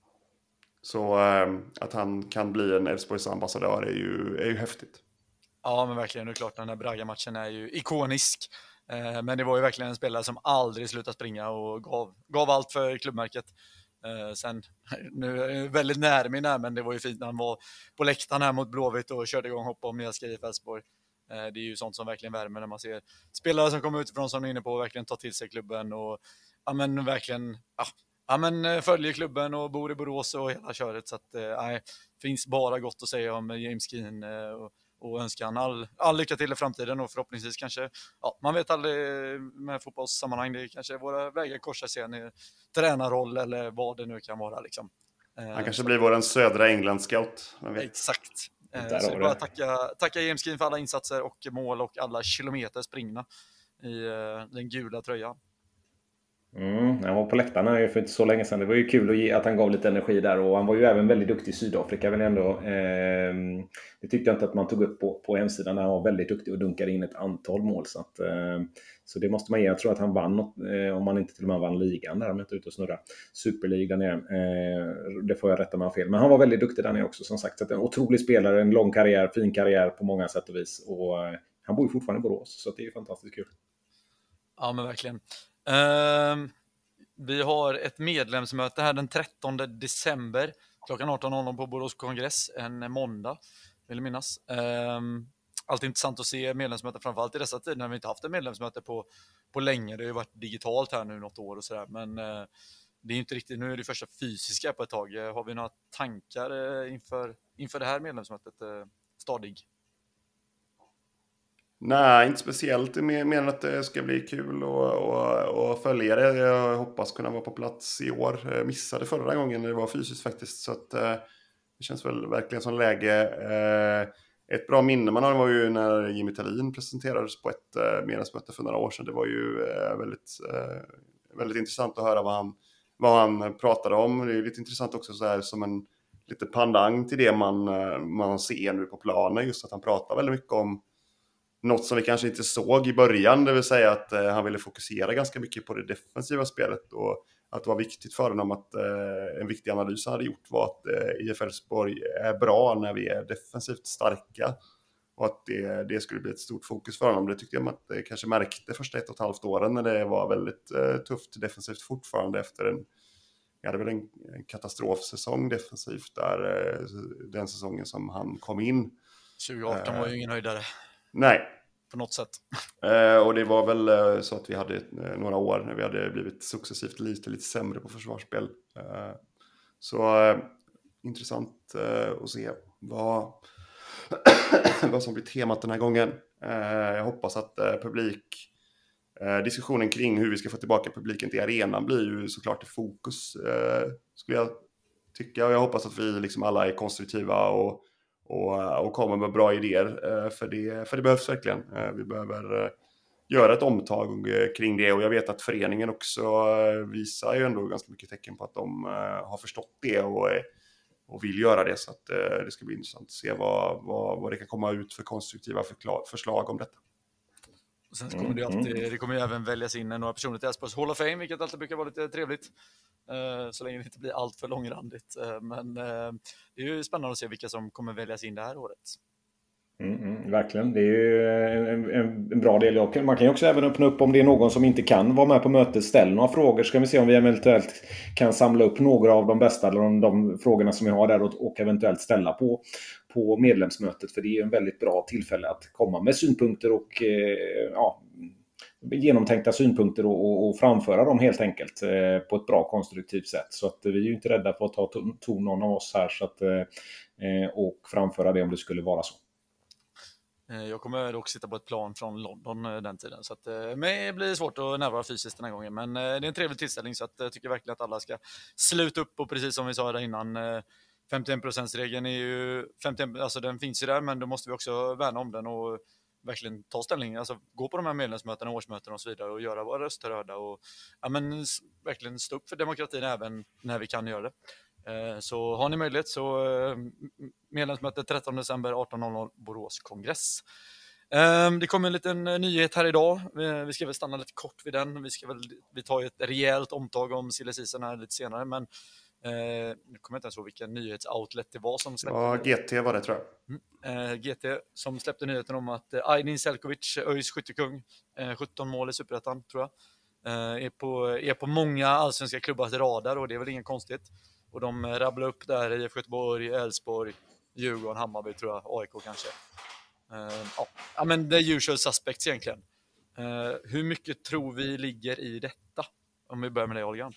Så uh, att han kan bli en Elfsborgs ambassadör är ju, är ju häftigt. Ja, men verkligen. Det är klart, den här Braga-matchen är ju ikonisk. Uh, men det var ju verkligen en spelare som aldrig slutade springa och gav, gav allt för klubbmärket. Uh, sen, nu är jag väldigt nära mig där, men det var ju fint när han var på läktaren här mot Blåvitt och körde igång hopp om jag ska i Elfsborg. Det är ju sånt som verkligen värmer när man ser spelare som kommer utifrån, som är inne på, och verkligen tar till sig klubben och ja, men verkligen ja, ja, men följer klubben och bor i Borås och hela köret. Så att nej, finns bara gott att säga om James Keane och, och önskar han all, all lycka till i framtiden och förhoppningsvis kanske, ja, man vet aldrig med fotbollssammanhang, det är kanske våra vägar korsar sig i tränarroll eller vad det nu kan vara liksom. Han kanske blir våran södra England-scout. Exakt. Så det är bara tacka, tacka James Keane för alla insatser och mål och alla kilometer springna i uh, den gula tröjan. Mm, han var på läktarna för inte så länge sedan. Det var ju kul att, ge, att han gav lite energi där. Och han var ju även väldigt duktig i Sydafrika väl ändå. Eh, det tyckte jag inte att man tog upp på, på hemsidan. Han var väldigt duktig och dunkade in ett antal mål. Så, att, eh, så det måste man ge. Jag tror att han vann något, eh, om man inte till och med vann ligan där. Om jag inte ute och snurra. Superligan nere. Eh, det får jag rätta mig fel. Men han var väldigt duktig där nere också, som sagt. Så att en otrolig spelare, en lång karriär, fin karriär på många sätt och vis. Och eh, han bor ju fortfarande i Borås. Så att det är fantastiskt kul. Ja, men verkligen. Uh, vi har ett medlemsmöte här den trettonde december klockan arton noll noll på Borås kongress, en måndag vill jag minnas. Uh, alltid intressant att se medlemsmöten, framförallt i dessa tider när vi inte haft ett medlemsmöte på, på länge. Det har ju varit digitalt här nu något år och sådär, men uh, det är inte riktigt, nu är det första fysiska på ett tag. Uh, har vi några tankar uh, inför, inför det här medlemsmötet, uh, stadig? Nej, inte speciellt. Mer, mer än att det ska bli kul och, och, och följa det. Jag hoppas kunna vara på plats i år. Jag missade förra gången när det var fysiskt faktiskt. Så att, eh, det känns väl verkligen som läge. Eh, ett bra minne man har var ju när Jimmy Tallin presenterades på ett eh, medlemsmöte för några år sedan. Det var ju eh, väldigt, eh, väldigt intressant att höra vad han, vad han pratade om. Det är lite intressant också så här, som en lite pandang till det man, man ser nu på planen. Just att han pratar väldigt mycket om något som vi kanske inte såg i början, det vill säga att eh, han ville fokusera ganska mycket på det defensiva spelet och att det var viktigt för honom att eh, en viktig analys han hade gjort var att eh, I F Elfsborg är bra när vi är defensivt starka och att det, det skulle bli ett stort fokus för honom. Det tyckte jag att det kanske märkte första ett och ett halvt åren när det var väldigt eh, tufft defensivt fortfarande efter en vi hade väl en, en katastrofsäsong defensivt där, eh, den säsongen som han kom in. tjugo arton uh, var ju ingen höjdare. Nej. På något sätt. Eh, och det var väl eh, så att vi hade eh, några år när vi hade blivit successivt lite, lite sämre på försvarsspel. Eh, så eh, intressant eh, att se vad, vad som blir temat den här gången. Eh, jag hoppas att eh, publik, eh, diskussionen kring hur vi ska få tillbaka publiken till arenan blir ju såklart i fokus, eh, skulle jag tycka. Och jag hoppas att vi liksom alla är konstruktiva och Och, och kommer med bra idéer, för det, för det behövs verkligen. Vi behöver göra ett omtag kring det, och jag vet att föreningen också visar ju ändå ganska mycket tecken på att de har förstått det och, och vill göra det, så att det ska bli intressant att se vad, vad, vad det kan komma ut för konstruktiva förslag om detta. Och sen kommer det alltid, det kommer ju även väljas in några personer till Elfsborgs Hall of Fame, vilket alltid brukar vara lite trevligt. Så länge det inte blir allt för långrandigt. Men det är ju spännande att se vilka som kommer väljas in det här året. Mm, mm, verkligen, det är ju en, en, en bra del. Man kan ju också även öppna upp om det är någon som inte kan vara med på mötet. Ställ några frågor, ska vi se om vi eventuellt kan samla upp några av de bästa eller de, de frågorna som vi har där och, och eventuellt ställa på, på medlemsmötet. För det är ju en väldigt bra tillfälle att komma med synpunkter och eh, ja, genomtänkta synpunkter och, och, och framföra dem helt enkelt eh, på ett bra konstruktivt sätt. Så att vi är ju inte rädda för att ta ton, ton någon av oss här så att, eh, och framföra det om det skulle vara så. Jag kommer dock sitta på ett plan från London den tiden, så att det blir svårt att närvara fysiskt den här gången, men det är en trevlig tillställning, så att jag tycker verkligen att alla ska sluta upp, och precis som vi sa där innan, femtioen procent-regeln är ju femtioen, alltså den finns ju där, men då måste vi också värna om den och verkligen ta ställning, alltså gå på de här medlemsmötena, årsmötena och så vidare och göra våra röster hörda och ja, men verkligen stå upp för demokratin även när vi kan göra det. Så har ni möjlighet så medlemsmöte trettonde december arton noll noll Borås kongress. Det kommer en liten nyhet här idag. Vi ska väl stanna lite kort vid den. Vi ska väl vi tar ett rejält omtag om silly season här lite senare, men nu kommer jag inte ens ihåg vilken nyhetsoutlet det var som släppte. Ja, G T var det, tror jag. Mm. G T som släppte nyheten om att Aydin Selkovic, ÖIS skyttekung, sjutton mål i Superettan tror jag, är på, är på många allsvenska klubbars radar, och det är väl inget konstigt. Och de rabblar upp där i I F K Göteborg, Elfsborg, Djurgården, Hammarby tror jag, A I K kanske. Uh, ja, men det är usual suspects egentligen. Uh, hur mycket tror vi ligger i detta? Om vi börjar med det, Olgan.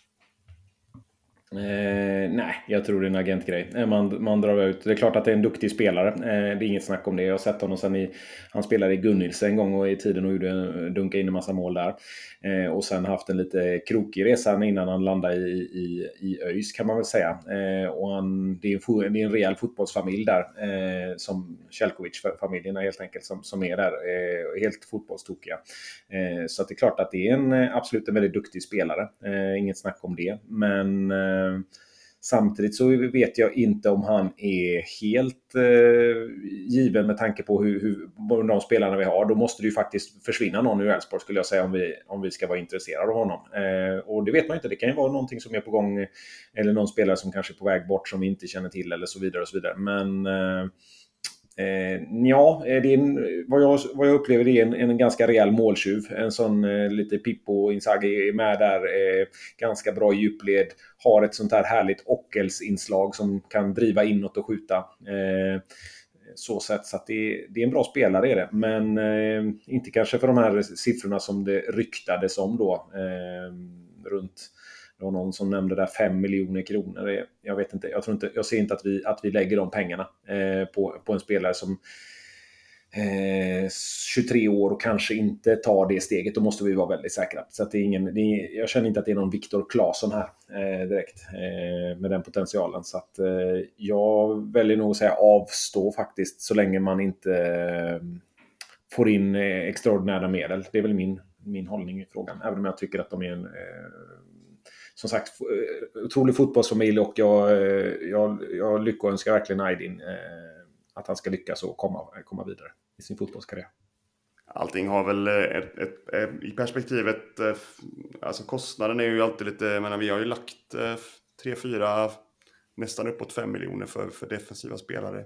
Eh, nej, jag tror det är en agentgrej. Man, man drar ut. Det är klart att det är en duktig spelare. Eh, det är inget snack om det. Jag har sett honom sen i, han spelade i Gunnils en gång och i tiden och gjorde, dunka in en massa mål där. Eh, och sen haft en lite krokig resa innan han landade i, i, i ÖIS kan man väl säga. Eh, och han, det, är en, det är en rejäl fotbollsfamilj där. Eh, som Selkovic-familjen helt enkelt som, som är där. Eh, helt fotbollstokiga. Eh, så att det är klart att det är en, absolut en väldigt duktig spelare. Eh, inget snack om det. Men eh, samtidigt så vet jag inte om han är helt eh, given med tanke på hur, hur de spelarna vi har. Då måste det ju faktiskt försvinna någon ur Elfsborg skulle jag säga om vi, om vi ska vara intresserade av honom. Eh, och det vet man inte. Det kan ju vara någonting som är på gång eller någon spelare som kanske är på väg bort som vi inte känner till eller så vidare och så vidare. Men eh, Eh, ja, det är en, vad, jag, vad jag upplever det är en, en ganska rejäl måltjuv. En sån eh, lite Pippo Inzaghi är med där, eh, ganska bra djupled, har ett sånt här härligt ockelsinslag som kan driva inåt och skjuta. Eh, så sätt så att det, det är en bra spelare är det, men eh, inte kanske för de här siffrorna som det ryktades om då eh, runt. Det var någon som nämnde där fem miljoner kronor. Jag vet inte, jag tror inte, jag ser inte att vi, att vi lägger de pengarna eh, på, på en spelare som eh, tjugotre år och kanske inte tar det steget. Då måste vi vara väldigt säkra. Så att det är ingen, det är, jag känner inte att det är någon Viktor Claesson här eh, direkt eh, med den potentialen. Så att eh, jag väljer nog att säga avstå faktiskt så länge man inte eh, får in eh, extraordinära medel. Det är väl min, min hållning i frågan. Även om jag tycker att de är en eh, som sagt, otrolig fotbollsfamilj och jag, jag, jag lyckönskar verkligen Aydin eh, att han ska lyckas och komma, komma vidare i sin fotbollskarriär. Allting har väl ett, ett, ett, i perspektivet, alltså kostnaden är ju alltid lite, jag menar, vi har ju lagt tre, fyra, nästan uppåt fem miljoner för, för defensiva spelare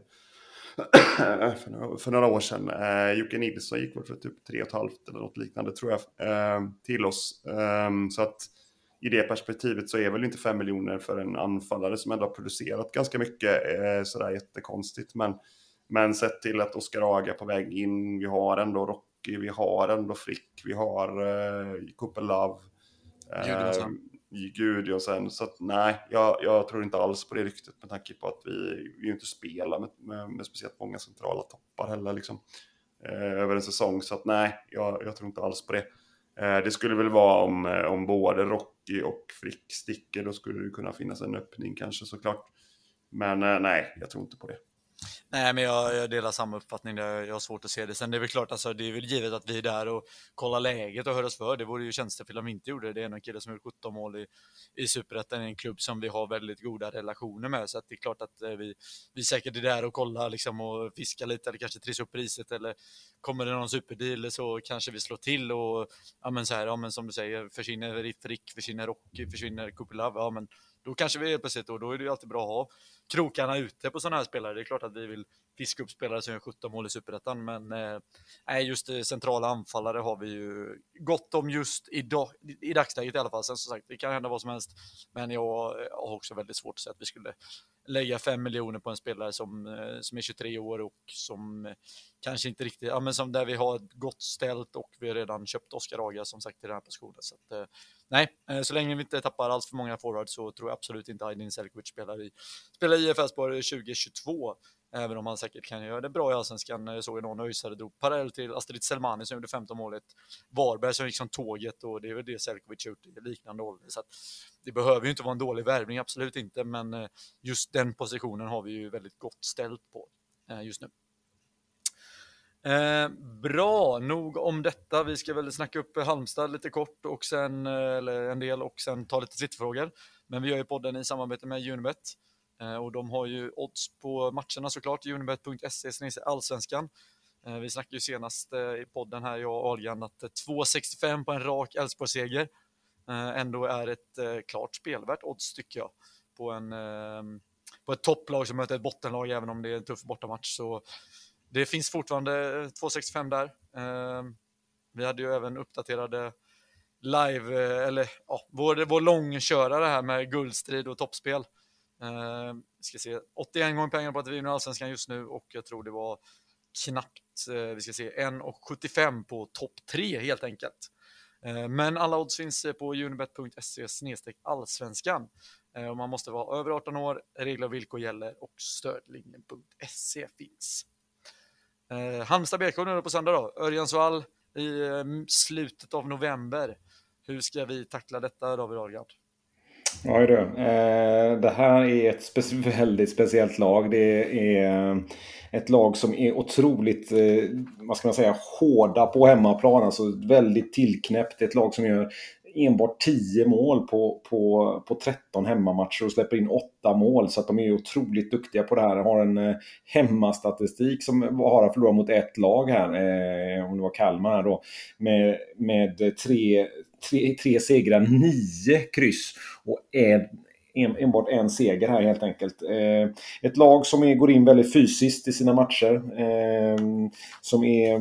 för, några, för några år sedan. Eh, Jocke Nilsson gick väl för typ tre och ett halvt eller något liknande tror jag eh, till oss. Eh, så att i det perspektivet så är väl inte fem miljoner för en anfallare som ändå har producerat ganska mycket eh, sådär jättekonstigt. Men, men sett till att Oskar Aga på väg in, vi har ändå Rocky, vi har ändå Frick, vi har eh, Kupelav, eh, Gudjohnsen. Så att, nej, jag, jag tror inte alls på det ryktet med tanke på att vi, vi inte spelar med, med, med speciellt många centrala toppar heller liksom, eh, över en säsong. Så att nej, jag, jag tror inte alls på det. Eh, det skulle väl vara om, om både Rocky och Frick sticker, då skulle det kunna finnas en öppning kanske såklart. Men eh, nej, jag tror inte på det. Nej, men jag, jag delar samma uppfattning där. Jag har svårt att se det. Sen det är väl klart, alltså, det är väl givet att vi är där och kollar läget och hör oss för. Det vore ju tjänstefel om vi inte gjorde det. Det är en kille som har gjort sjutton mål i, i Superettan, en klubb som vi har väldigt goda relationer med. Så att det är klart att eh, vi, vi säkert är där och kollar liksom, och fiskar lite, eller kanske trissar upp priset, eller kommer det någon superdeal så kanske vi slår till och ja, men så här, ja, men som du säger, försvinner Frick, försvinner Rocky, försvinner Kupelav, ja, men då kanske vi är plötsligt, och då är det ju alltid bra att ha krokarna ute på sådana här spelare. Det är klart att vi vill fiska upp spelare som gör sjutton mål i Superettan, men eh, just det, centrala anfallare har vi ju gott om just idag, i dagsläget i alla fall. Sen som sagt, det kan hända vad som helst, men jag har också väldigt svårt att säga att vi skulle lägga fem miljoner på en spelare som, som är tjugotre år och som kanske inte riktigt, ja, men som där vi har ett gott ställt och vi har redan köpt Oskar Aga som sagt i den här positionen. Så att, nej, så länge vi inte tappar alls för många forwards så tror jag absolut inte Aydin Selkovic spelar i, spelar i I F Elfsborg tjugo tjugotvå. Även om han säkert kan göra det bra i Allsvenskan. Jag såg någon öjsare drog parallell till Astrid Selmani som gjorde femton målet. Varberg som gick som tåget, och det är väl det Selkovic gjort i liknande ålder. Så att det behöver ju inte vara en dålig värvning, absolut inte. Men just den positionen har vi ju väldigt gott ställt på just nu. Eh, bra, nog om detta. Vi ska väl snacka upp Halmstad lite kort och sen, eller en del, och sen ta lite sittfrågor. Men vi gör ju podden i samarbete med Unibet. Och de har ju odds på matcherna såklart, unibet punkt se slash allsvenskan. Vi snackade ju senast i podden här, jag och Adrian, att två sextiofem på en rak Elfsborgsseger ändå är ett klart spelvärt odds tycker jag. På, en, på ett topplag som möter ett bottenlag, även om det är en tuff bortamatch. Så det finns fortfarande två sextiofem där. Vi hade ju även uppdaterade live, eller ja, vår, vår långkörare här med guldstrid och toppspel. Uh, vi ska se, åttioen gånger pengar på att vi vinner Allsvenskan just nu, och jag tror det var knappt, uh, vi ska se, en komma sjuttiofem på topp tre helt enkelt. Uh, men alla odds finns på unibet punkt se slash allsvenskan. Uh, och man måste vara över arton år, regler och villkor gäller, och stödlinjen punkt se finns. Uh, Halmstad B K nu på söndag då, Örjansvall i uh, slutet av november. Hur ska vi tackla detta, David Ahlgard? Ja, det. Eh, det här är ett spe- väldigt speciellt lag. Det är ett lag som är otroligt, eh, vad ska man säga, hårda på hemmaplan. Alltså väldigt tillknäppt. Ett lag som gör enbart tio mål på, på, på tretton hemmamatcher och släpper in åtta mål. Så att de är otroligt duktiga på det här. De har en eh, hemmastatistik som har förlorat mot ett lag här. Eh, om det var Kalmar här då. Med, med tre... Tre, tre segrar, nio kryss och en, en, enbart en seger här helt enkelt. Eh, ett lag som är, går in väldigt fysiskt i sina matcher. Eh, som är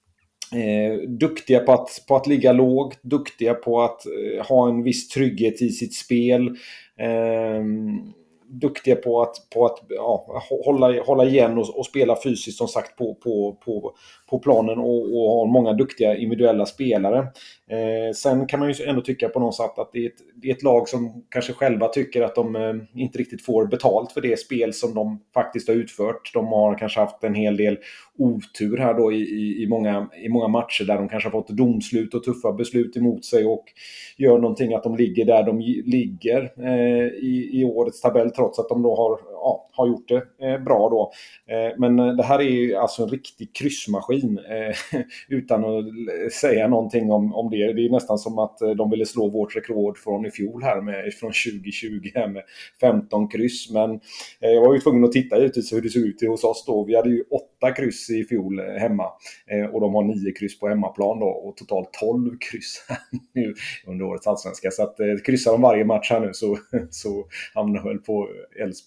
eh, duktiga på att, på att ligga lågt. Duktiga på att eh, ha en viss trygghet i sitt spel. Eh, duktiga på att, på att ja, hålla, hålla igen och, och spela fysiskt som sagt på, på, på, på planen och, och har många duktiga individuella spelare. Eh, sen kan man ju ändå tycka på något sätt att det är, ett, det är ett lag som kanske själva tycker att de eh, inte riktigt får betalt för det spel som de faktiskt har utfört. De har kanske haft en hel del otur här då i, i, i, många, i många matcher där de kanske har fått domslut och tuffa beslut emot sig och gör någonting att de ligger där de ligger eh, i, i årets tabell, trots att de då har, ja, har gjort det eh, bra då. Eh, men det här är ju alltså en riktig kryssmaskin eh, utan att säga någonting om, om det. Det är nästan som att de ville slå vårt rekord från i fjol här med, från tjugo tjugo här med femton kryss. Men eh, jag var ju tvungen att titta ut hur det såg ut hos oss då. Vi hade ju åtta kryss i fjol hemma eh, och de har nio kryss på hemmaplan då och totalt tolv kryss nu under årets allsvenska. Så att eh, kryssar de varje match här nu så, så hamnar väl på Elfsborg tjugo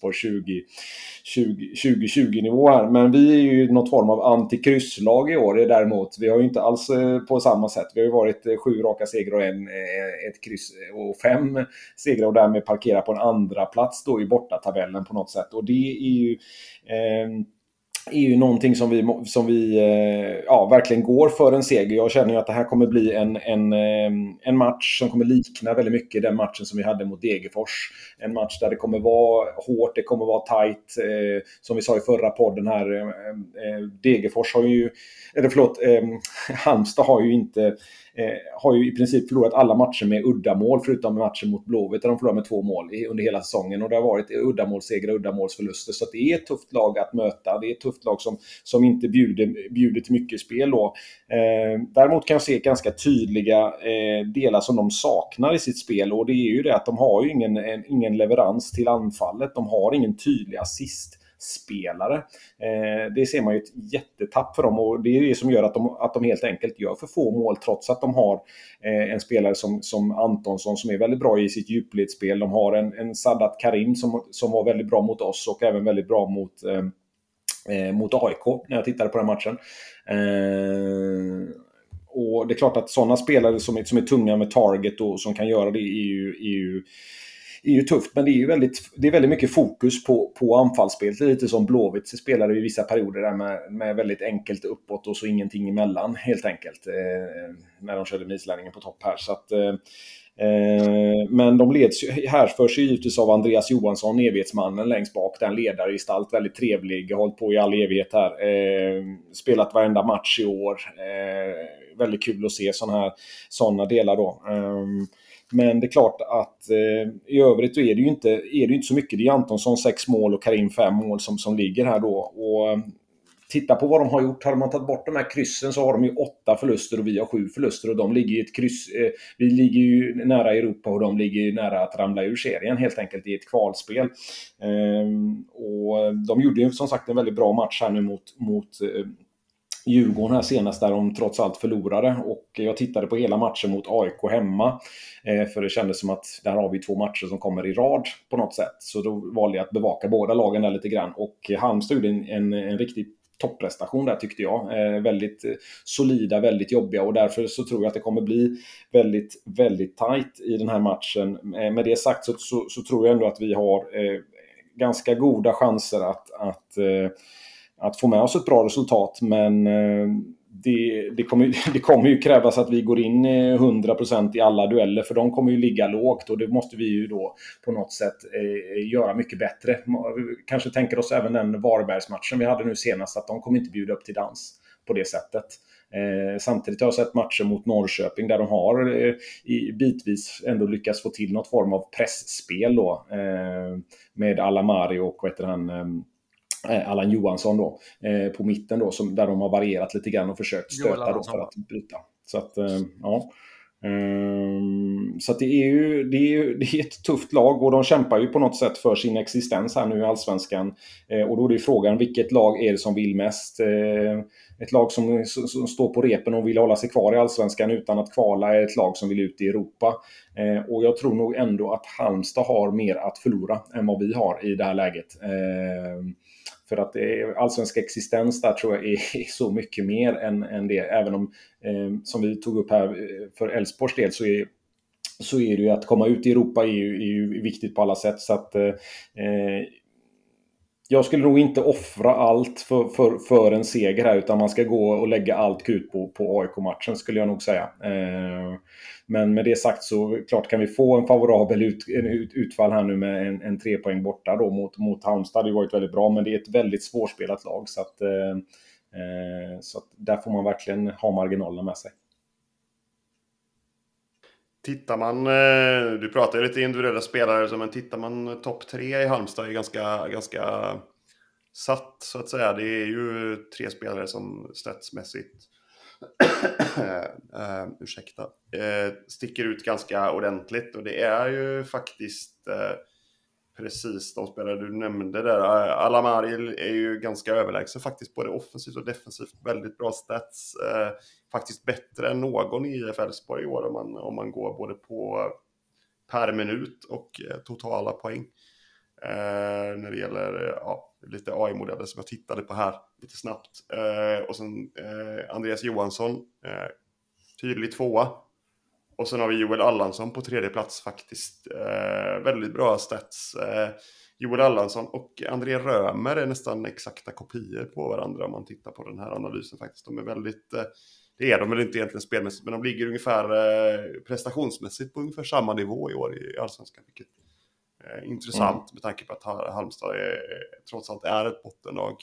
tjugo tjugo nivå här. Men vi är ju något form av antikrysslag i år däremot. Vi har ju inte alls på samma sätt. Vi har ju varit sju raka segrar och en, ett kryss och fem segrar och därmed parkera på en andra plats då i bortatabellen på något sätt. Och det är ju... Eh, är ju någonting som vi, som vi ja, verkligen går för en seger. Jag känner ju att det här kommer bli en, en, en match som kommer likna väldigt mycket den matchen som vi hade mot Degerfors. En match där det kommer vara hårt, det kommer vara tajt. Eh, som vi sa i förra podden här, eh, Degerfors har ju, eller förlåt, eh, Halmstad har ju inte eh, har ju i princip förlorat alla matcher med uddamål förutom matchen mot Blåvitt där de förlorar med två mål under hela säsongen. Och det har varit uddamålssegrar och uddamålsförluster. Så att det är ett tufft lag att möta. Det är ett tufft lag som, som inte bjuder, bjuder till mycket spel då. Eh, däremot kan jag se ganska tydliga eh, delar som de saknar i sitt spel. Och det är ju det att de har ju ingen, en, ingen leverans till anfallet. De har ingen tydlig assist spelare. Eh, det ser man ju ett jättetapp för dem och det är det som gör att de, att de helt enkelt gör för få mål trots att de har eh, en spelare som, som Antonsson som är väldigt bra i sitt djupledsspel. De har en, en Sadat Karim som, som var väldigt bra mot oss och även väldigt bra mot, eh, mot A I K när jag tittade på den matchen. Eh, och det är klart att sådana spelare som är, som är tunga med target och som kan göra det är ju, är ju är ju tufft, men det är ju väldigt, det är väldigt mycket fokus på, på anfallsspel. Det är lite som Blåvitt spelade i vissa perioder där med, med väldigt enkelt uppåt och så ingenting emellan helt enkelt eh, när de körde mislärningen på topp här. Så att, eh, men de leds här för sig givetvis av Andreas Johansson, evighetsmannen längst bak, den ledare i stalt, väldigt trevlig, har hållit på i all evighet här, eh, spelat varenda match i år, eh, väldigt kul att se sådana här sådana delar då. Eh, Men det är klart att eh, i övrigt så är det ju inte, är det ju inte så mycket. Det är Antonsson sex mål och Karim fem mål som, som ligger här då. Och eh, titta på vad de har gjort. Har man tagit bort de här kryssen så har de ju åtta förluster och vi har sju förluster. Och de ligger i ett kryss. Eh, vi ligger ju nära Europa och de ligger nära att ramla ur serien helt enkelt i ett kvalspel. Eh, och de gjorde ju som sagt en väldigt bra match här nu mot... mot eh, Djurgården här senast där de trots allt förlorade och jag tittade på hela matchen mot A I K hemma eh, för det kändes som att där har vi två matcher som kommer i rad på något sätt, så då valde jag att bevaka båda lagen där lite grann och Halmstad gjorde en, en, en riktig topprestation där tyckte jag, eh, väldigt solida, väldigt jobbiga och därför så tror jag att det kommer bli väldigt, väldigt tajt i den här matchen. Eh, med det sagt så, så, så tror jag ändå att vi har eh, ganska goda chanser att, att eh, att få med oss ett bra resultat, men det, det, kommer, det kommer ju krävas att vi går in hundra procent i alla dueller, för de kommer ju ligga lågt och det måste vi ju då på något sätt eh, göra mycket bättre. Kanske tänker oss även den Varbergsmatchen vi hade nu senast, att de kommer inte bjuda upp till dans på det sättet. Eh, samtidigt har jag sett matcher mot Norrköping där de har eh, i, bitvis ändå lyckats få till något form av pressspel då, eh, med Alamari och vad heter han... Eh, Allan Johansson då, eh, på mitten då, som, där de har varierat lite grann och försökt stöta då för att bryta. Så att, eh, ja. Um, så att det är ju det är, ju, det är ett tufft lag och de kämpar ju på något sätt för sin existens här nu i Allsvenskan. Eh, och då är det frågan, vilket lag är det som vill mest? Eh, ett lag som, som, som står på repen och vill hålla sig kvar i Allsvenskan utan att kvala är ett lag som vill ut i Europa. Eh, och jag tror nog ändå att Halmstad har mer att förlora än vad vi har i det här läget. Eh, För att allsvensk existens där tror jag är, är så mycket mer än, än det. Även om, eh, som vi tog upp här för Elfsborgs del, så är, så är det ju att komma ut i Europa är ju, är ju viktigt på alla sätt. Så att eh, jag skulle nog inte offra allt för, för, för en seger här, utan man ska gå och lägga allt krut på, på A I K-matchen skulle jag nog säga. Eh, men med det sagt så klart kan vi få en favorabel ut, en ut, utfall här nu med en, en tre poäng borta då mot, mot Halmstad. Det har varit väldigt bra, men det är ett väldigt svårspelat lag, så att, eh, så att där får man verkligen ha marginalerna med sig. Tittar man, du pratar ju lite individuella spelare, men tittar man topp tre i Halmstad är ganska, ganska satt så att säga. Det är ju tre spelare som statsmässigt uh, ursäkta, uh, sticker ut ganska ordentligt, och det är ju faktiskt uh, precis de spelare du nämnde där. Uh, Alamari är ju ganska överlägsen faktiskt, både offensivt och defensivt, väldigt bra stats, uh, faktiskt bättre än någon i I F Elfsborg i år om man, om man går både på per minut och uh, totala poäng. Eh, när det gäller ja, lite A I-modeller som jag tittade på här lite snabbt. Eh, och sen eh, Andreas Johansson, eh, tydlig tvåa. Och sen har vi Joel Allansson på tredje plats faktiskt. Eh, väldigt bra stats. Eh, Joel Allansson och André Römer är nästan exakta kopior på varandra om man tittar på den här analysen faktiskt. De är väldigt, eh, det är de väl inte egentligen spelmässigt, men de ligger ungefär eh, prestationsmässigt på ungefär samma nivå i år i Allsvenskan. Vilket är eh, intressant mm. med tanke på att Halmstad är, trots allt är ett bottenlag.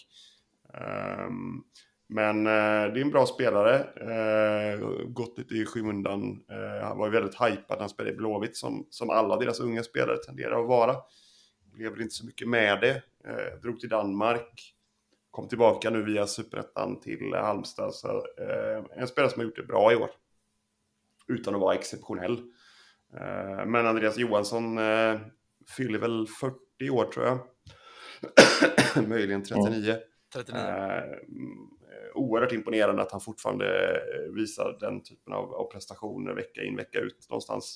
Um, Men eh, det är en bra spelare, eh, gått lite i skymundan, eh, han var ju väldigt hypad när han spelade i Blåvitt som, som alla deras unga spelare tenderar att vara. Lever inte så mycket med det, eh, drog till Danmark, kom tillbaka nu via Superettan till Halmstad. Så, eh, en spelare som har gjort det bra i år, utan att vara exceptionell. Eh, men Andreas Johansson eh, fyller väl fyrtio år tror jag, möjligen trettionio. Mm. trettionio. Eh, oerhört imponerande att han fortfarande visar den typen av, av prestationer vecka in, vecka ut någonstans.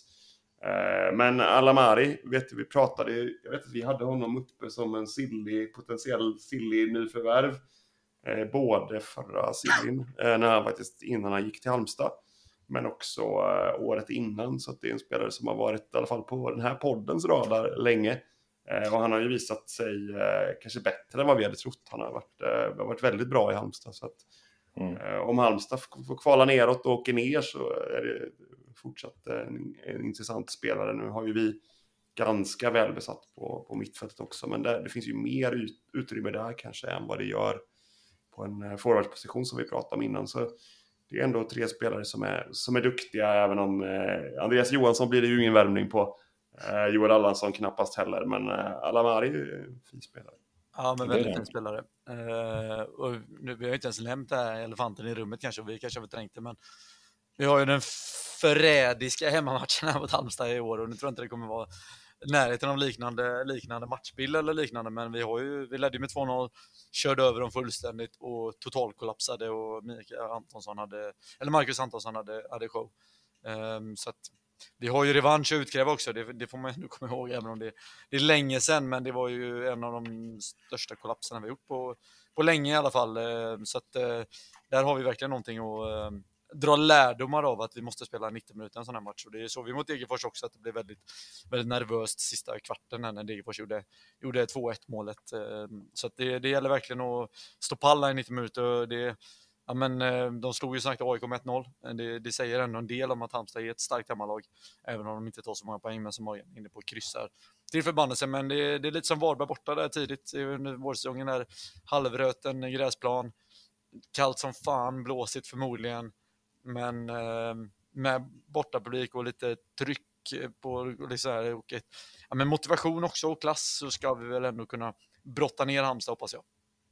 Eh, men Alamari, vet du, vi pratade, jag vet att vi hade honom uppe som en silly, potentiell silly nyförvärv. Eh, både förra sillyn, eh, när han faktiskt innan han gick till Halmstad, men också eh, året innan. Så att det är en spelare som har varit i alla fall på den här poddens radar länge. Eh, och han har ju visat sig eh, kanske bättre än vad vi hade trott. Han har varit, eh, har varit väldigt bra i Halmstad. Så att, mm. eh, om Halmstad f- får kvala neråt och åker ner så är det fortsatt en, en intressant spelare. Nu har ju vi ganska väl besatt på, på mittfältet också. Men där, det finns ju mer ut, utrymme där kanske än vad det gör på en forwardsposition som vi pratade om innan. Så det är ändå tre spelare som är, som är duktiga. Även om eh, Andreas Johansson blir det ju ingen värvning på. Eh, Joel Allansson knappast heller, men eh, Alamari är ju en fin spelare. Ja, men väldigt fin spelare. Eh, och nu, vi har inte ens nämnt det här elefanten i rummet kanske, och vi kanske har förträngt det, men vi har ju den förrädiska hemmamatchen här mot Halmstad i år, och nu tror jag inte det kommer vara närheten av liknande, liknande matchbild eller liknande, men vi har ju, vi ledde med två noll, körde över dem fullständigt och totalkollapsade, och Mikael Antonsson hade, eller Marcus Antonsson hade, hade show. Eh, så att vi har ju revansch att utkräva också, det, det får man ändå komma ihåg, även om det, det är länge sedan, men det var ju en av de största kollapserna vi gjort på, på länge i alla fall. Så att där har vi verkligen någonting att dra lärdomar av, att vi måste spela nittio minuter en sån här match. Och det är så vi mot Degerfors också, att det blev väldigt, väldigt nervöst sista kvarten när Degerfors gjorde, gjorde två ett målet. Så att det, det gäller verkligen att stå palla i nittio minuter. Det Ja, men de slog ju snackt A I K med ett noll. Det, det säger ändå en del om att Halmstad är ett starkt hemmalag, även om de inte tar så många poäng, men som är inne på kryssar till förbannelse. Men det, det är lite som Varberg borta där tidigt under vårsäsongen, där halvröten gräsplan, kallt som fan, blåsigt förmodligen, men eh, med bortapublik och lite tryck på liksom här, och ett, ja, men motivation också och klass, så ska vi väl ändå kunna brotta ner Halmstad, hoppas jag.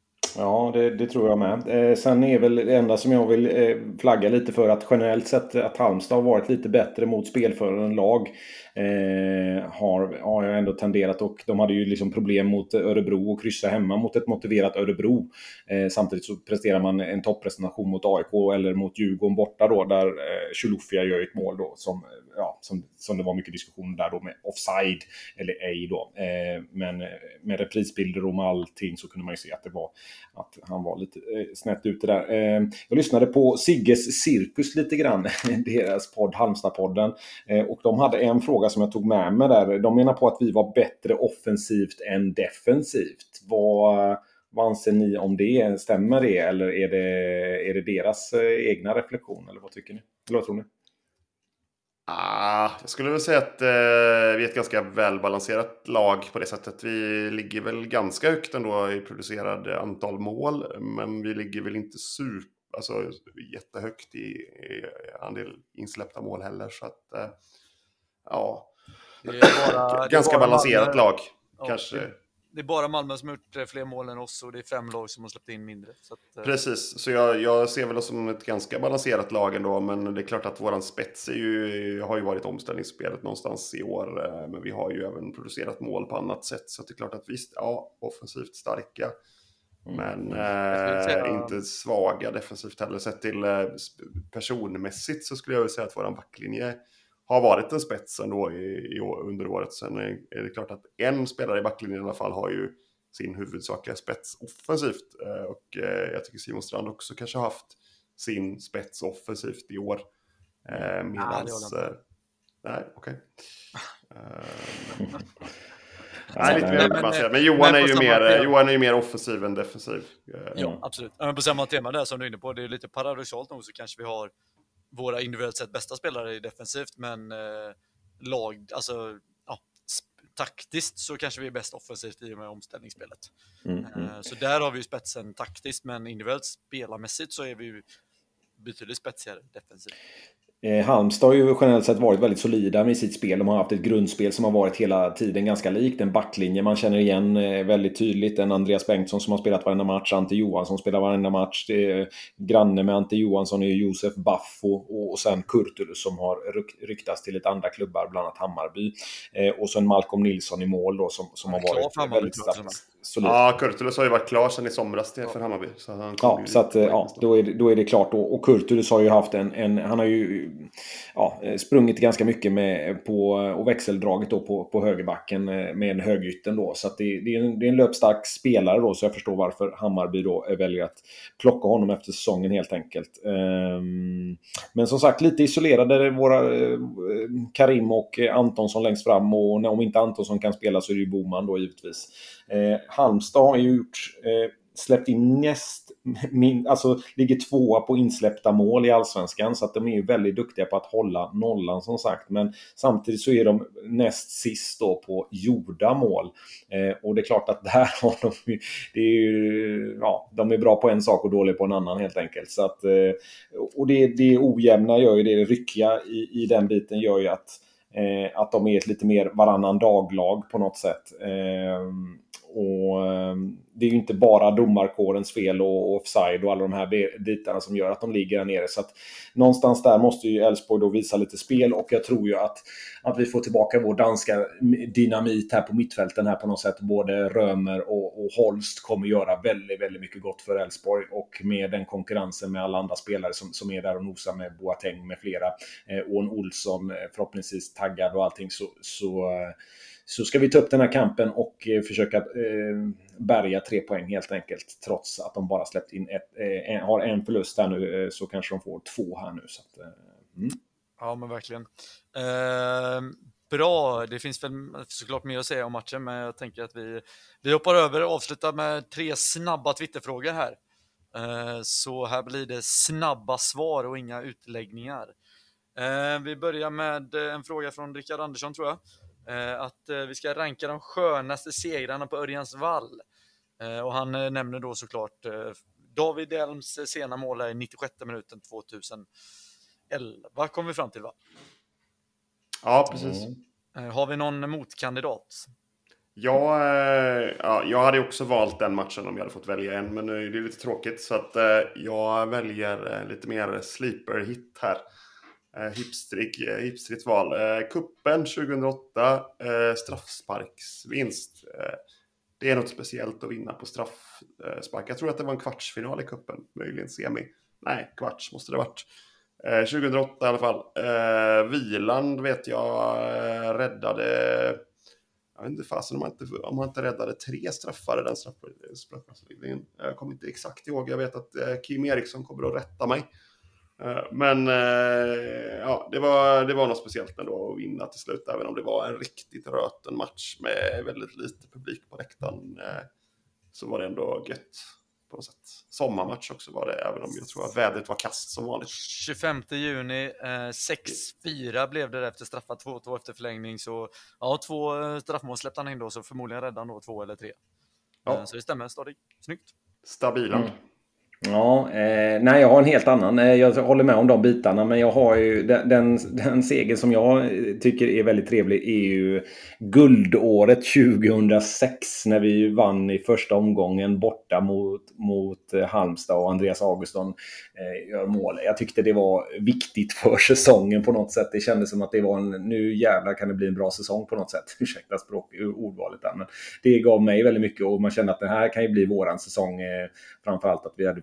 Ja, det, det tror jag med. Eh, sen är väl det enda som jag vill eh, flagga lite för, att generellt sett att Halmstad har varit lite bättre mot spelförande lag. Eh, har, har jag ändå tenderat, och de hade ju liksom problem mot Örebro och kryssa hemma mot ett motiverat Örebro. Eh, samtidigt så presterar man en toppresentation mot A I K eller mot Djurgården borta då, där eh, Chulufia gör ett mål då som, ja, som, som det var mycket diskussion där då med offside eller ej då. Eh, men med reprisbilder och med allting så kunde man ju se att det var att han var lite eh, snett ute där. Eh, jag lyssnade på Sigges Cirkus lite grann, deras podd, Halmstad-podden, eh, och de hade en fråga som jag tog med mig där. De menar på att vi var bättre offensivt än defensivt. Vad, vad anser ni om det? Stämmer det, eller är det, är det deras eh, egna reflektion, eller vad tycker ni? Eller vad tror ni? Ah, jag skulle väl säga att eh, vi är ett ganska välbalanserat lag på det sättet. Vi ligger väl ganska högt ändå i producerad antal mål, men vi ligger väl inte super, alltså, jättehögt i, i andel insläppta mål heller. Så att, eh, ja, det är bara, ganska det är bara balanserat Malmö, lag, ja, kanske. Det, det är bara Malmö som har gjort fler mål än oss, och det är fem lag som har släppt in mindre. Så att, eh. Precis, så jag, jag ser väl oss som ett ganska balanserat lag ändå, men det är klart att våran spets är ju, har ju varit omställningsspelet någonstans i år, men vi har ju även producerat mål på annat sätt, så det är klart att visst, ja, offensivt starka, mm. men eh, säga... inte svaga defensivt heller. Sett till eh, personmässigt så skulle jag vilja säga att våran backlinje har varit en spets ändå i, i, under året. Sen är, är det klart att en spelare i backlinjen i alla fall har ju sin huvudsakliga spets offensivt. Och jag tycker Simon Strand också kanske har haft sin spets offensivt i år. Eh, medans... Eh, nej, okej. Okay. Uh, nej, lite mer men, men Johan, men är ju mer, Johan är ju mer offensiv än defensiv. Uh, ja, absolut. Men på samma tema där som du är inne på, det är lite paradoxalt nog så kanske vi har våra individuellt sett bästa spelare defensivt, men eh, lag, alltså ja, taktiskt så kanske vi är bäst offensivt i och med omställningsspelet. Mm, mm. Uh, så där har vi ju spetsen taktiskt, men individuellt spelarmässigt så är vi ju betydligt spetsigare defensivt. Eh, Halmstad har ju generellt sett varit väldigt solida med sitt spel. De har haft ett grundspel som har varit hela tiden ganska likt. En backlinje man känner igen eh, väldigt tydligt. En Andreas Bengtsson som har spelat varenda match. Ante Johansson spelar varenda match. Eh, granne med Ante Johansson är Josef Baffo. Och, och sen Kurtulus som har ryk, ryktats till ett andra klubbar, bland annat Hammarby. Eh, och sen Malcolm Nilsson i mål då, som, som har varit väldigt starkt. Solid. Ja, Kurtulus har ju varit klar sedan i somras för Hammarby. Så han ja, så att, ja, då är, det, då är det klart. Och, och Kurtulus har ju haft en, en han har ju ja, sprungit ganska mycket med på, och växeldraget då på, på högerbacken med en högytten då. Så att det, det, är en, det är en löpstark spelare då, så jag förstår varför Hammarby då väljer att plocka honom efter säsongen helt enkelt. Um, men som sagt, lite isolerade våra uh, Karim och Antonsson längst fram, och när, om inte Antonsson kan spela så är det ju Boman då givetvis. Uh, Halmstad har ju gjort uh, släppt in näst min, alltså ligger tvåa på insläppta mål i Allsvenskan, så att de är ju väldigt duktiga på att hålla nollan som sagt, men samtidigt så är de näst sist då på gjorda mål. Eh, och det är klart att där har de det är ju, ja, de är bra på en sak och dåliga på en annan helt enkelt, så att, eh, och det, det ojämna gör ju det, det ryckiga i, i den biten gör ju att eh, att de är ett lite mer varannan daglag på något sätt. Eh, och det är ju inte bara domarkårens fel och offside och alla de här bitarna som gör att de ligger där nere, så att någonstans där måste ju Elfsborg då visa lite spel, och jag tror ju att, att vi får tillbaka vår danska dynamit här på mittfälten här på något sätt. Både Römer och, och Holst kommer göra väldigt, väldigt mycket gott för Elfsborg, och med den konkurrensen med alla andra spelare som, som är där och nosar med Boateng med flera, eh, och en Olsson förhoppningsvis taggad och allting, så, så så ska vi ta upp den här kampen och eh, försöka eh, bärga tre poäng helt enkelt, trots att de bara släppt in ett, eh, en, har en förlust här nu, eh, så kanske de får två här nu. Så att, eh, mm. Ja, men verkligen. Eh, bra, det finns väl såklart mer att säga om matchen, men jag tänker att vi, vi hoppar över och avslutar med tre snabba Twitterfrågor här. Eh, så här blir det snabba svar och inga utläggningar. Eh, vi börjar med en fråga från Rickard Andersson, tror jag. Eh, att eh, vi ska ranka de skönaste segrarna på Örjans vall. Eh, och han eh, nämner då såklart eh, David Elms sena mål i nittiosjätte minuten tjugoelva kom vi fram till, va? Ja, precis. Mm. Eh, har vi någon motkandidat? Jag, eh, ja, jag hade också valt den matchen om jag hade fått välja en, men det är lite tråkigt, så att eh, jag väljer eh, lite mer sleeper hit här. Eh, hipstrig, eh, hipstrigt val. Eh, kuppen tjugohundraåtta, eh, straffsparksvinst. Eh, det är något speciellt att vinna på straffspark. Jag tror att det var en kvartsfinal i kuppen, möjligen semi. Nej, kvarts måste det ha varit. Eh, tjugohundraåtta i alla fall. Eh, Wieland vet jag eh, räddade... Jag vet inte fasen om han inte, om han inte räddade tre straffar i den straffsparkslinjen. Jag kommer inte exakt ihåg. Jag vet att eh, Kim Eriksson kommer att rätta mig. Men ja, det var, det var något speciellt ändå att vinna till slut, även om det var en riktigt röten match med väldigt lite publik på läktaren, så var det ändå gött på något sätt. Sommarmatch också var det, även om jag tror att vädret var kast som vanligt. tjugofemte juni, eh, sex fyra blev det efter straffat, två två efter förlängning, så ja, två straffmål släppte han in då, så förmodligen räddade då två eller tre. Ja. Eh, så det stämmer, stadigt. Snyggt. Stabiland. Mm. Ja, eh, nej, jag har en helt annan. Eh, jag håller med om de bitarna, men jag har ju den, den, den seger som jag tycker är väldigt trevlig är ju guldåret tjugohundrasex, när vi vann i första omgången borta mot, mot eh, Halmstad, och Andreas Augustsson eh, gör mål. Jag tyckte det var viktigt för säsongen på något sätt. Det kändes som att det var en, nu jävlar kan det bli en bra säsong på något sätt. Ursäkta språk, ordvalet där, men det gav mig väldigt mycket, och man kände att det här kan ju bli våran säsong, eh, framförallt att vi hade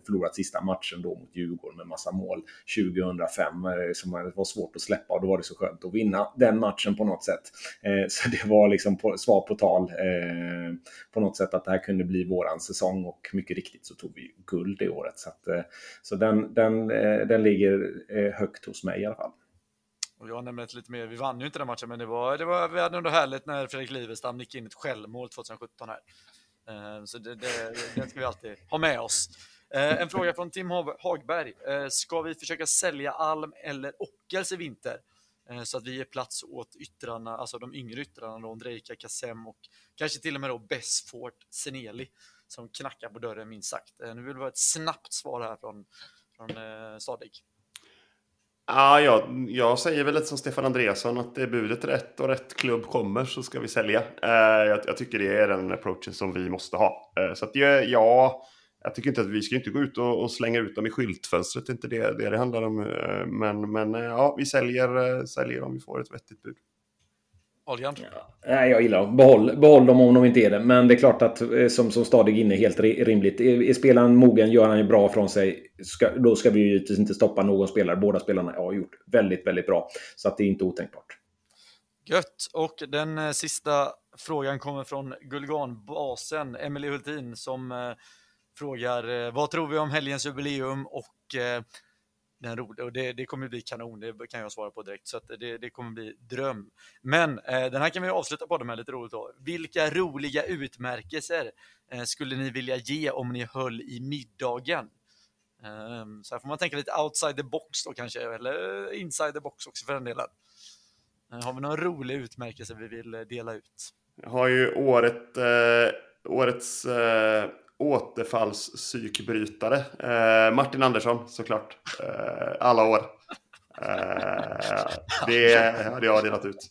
förlorat sista matchen då mot Djurgården med massa mål tjugohundrafem som var svårt att släppa, och då var det så skönt att vinna den matchen på något sätt. Så det var liksom på, svar på tal på något sätt att det här kunde bli våran säsong, och mycket riktigt så tog vi guld det året. Så, att, så den, den, den ligger högt hos mig i alla fall. Och jag nämnde lite mer, vi vann ju inte den matchen, men det var, det var vi hade ändå härligt när Fredrik Livestam gick in ett självmål tjugohundrasjutton här. Så det, det, det ska vi alltid ha med oss. En fråga från Tim Hagberg. Ska vi försöka sälja Alm eller Ockels i vinter? Så att vi ger plats åt yttrarna, alltså de yngre yttrarna då, Ondrejka, Kassem och kanske till och med då Besford, Seneli, som knackar på dörren minst sagt. Nu vill vi ha ett snabbt svar här från, från eh, Stadig. Ja, jag, jag säger väl lite som Stefan Andreasson, att det är budet rätt och rätt klubb kommer så ska vi sälja. Eh, jag, jag tycker det är den approachen som vi måste ha. Eh, så att ja, jag tycker inte att vi ska inte gå ut och, och slänga ut dem i skyltfönstret, det är inte det det, det handlar om. Eh, men, men ja, vi säljer, säljer om vi får ett vettigt bud. Ja, nej, jag gillar dem. Behåll, behåll dem om de inte är det. Men det är klart att som, som Stadig inne helt rimligt. Är, är spelaren mogen, gör han ju bra från sig. Ska, då ska vi ju inte stoppa någon spelare. Båda spelarna har gjort väldigt, väldigt bra. Så att det är inte otänkbart. Gött. Och den eh, sista frågan kommer från Gulganbasen, Emily Hultin, som eh, frågar eh, vad tror vi om helgens jubileum och eh, den roliga, och det, det kommer bli kanon, det kan jag svara på direkt, så att det, det kommer bli dröm. Men eh, den här kan vi avsluta på det med lite roligt då. Vilka roliga utmärkelser eh, skulle ni vilja ge om ni höll i middagen? Eh, så här får man tänka lite outside the box då kanske, eller inside the box också för den delen. Eh, har vi någon rolig utmärkelse vi vill eh, dela ut? Jag har ju året, eh, årets eh, återfallspsykbrytare. Eh, Martin Andersson, såklart. Eh, alla år. Eh, det hade jag delat ut.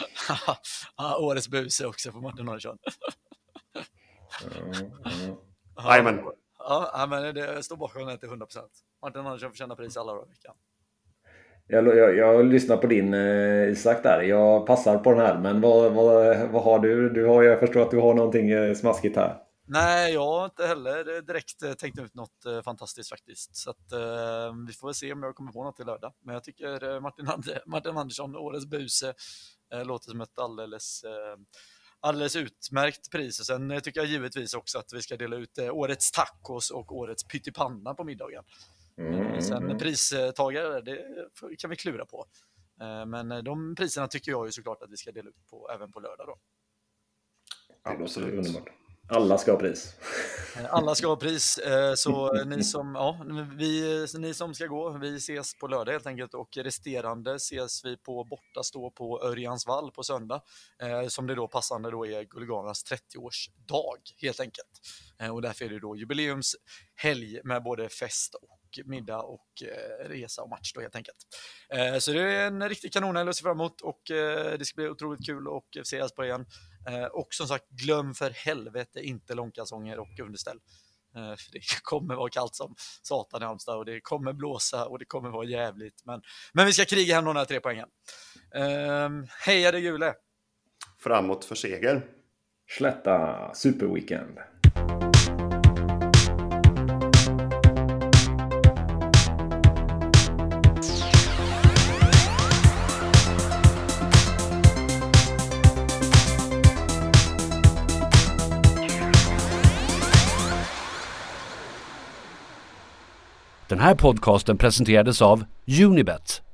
Ja, årets buse också för Martin Andersson. Jajamän. Ja, men det står bakom det till hundra procent. Martin Andersson förtjänar pris alla år i veckan. Jag, jag, jag lyssnar på din eh, Isak där. Jag passar på den här. Men vad, vad, vad har du? du har, jag förstår att du har någonting eh, smaskigt här. Nej, jag har inte heller direkt tänkt ut något eh, fantastiskt faktiskt. Så att, eh, vi får väl se om jag kommer på något till lördag. Men jag tycker eh, Martin, And- Martin Andersson, årets buse, eh, låter som ett alldeles, eh, alldeles utmärkt pris. Och sen eh, tycker jag givetvis också att vi ska dela ut eh, årets tacos och årets pyttipanna på middagen. Mm. Sen pristagare, det kan vi klura på. Men de priserna tycker jag ju såklart att vi ska dela ut på även på lördag då. Absolut. Underbart. Alla ska ha pris. Alla ska ha pris. Så ni som, ja, vi, ni som ska gå, vi ses på lördag helt enkelt. Och resterande ses vi på borta stå på Örjansvall på söndag. Som det då passande då är Gulganas trettioårsdag helt enkelt. Och därför är det då jubileumshelg med både fest och middag och eh, resa och match då helt enkelt. Eh, så det är en riktig kanonhelg att se fram emot och eh, det ska bli otroligt kul och se på igen. Eh, och som sagt, glöm för helvete inte långkalsonger och underställ. Eh, för det kommer vara kallt som satan i Halmstad och det kommer blåsa och det kommer vara jävligt. Men, men vi ska kriga hem de här tre poängen. Eh, heja det gule! Framåt för seger. Slätta superweekend. Den här podcasten presenterades av Unibet,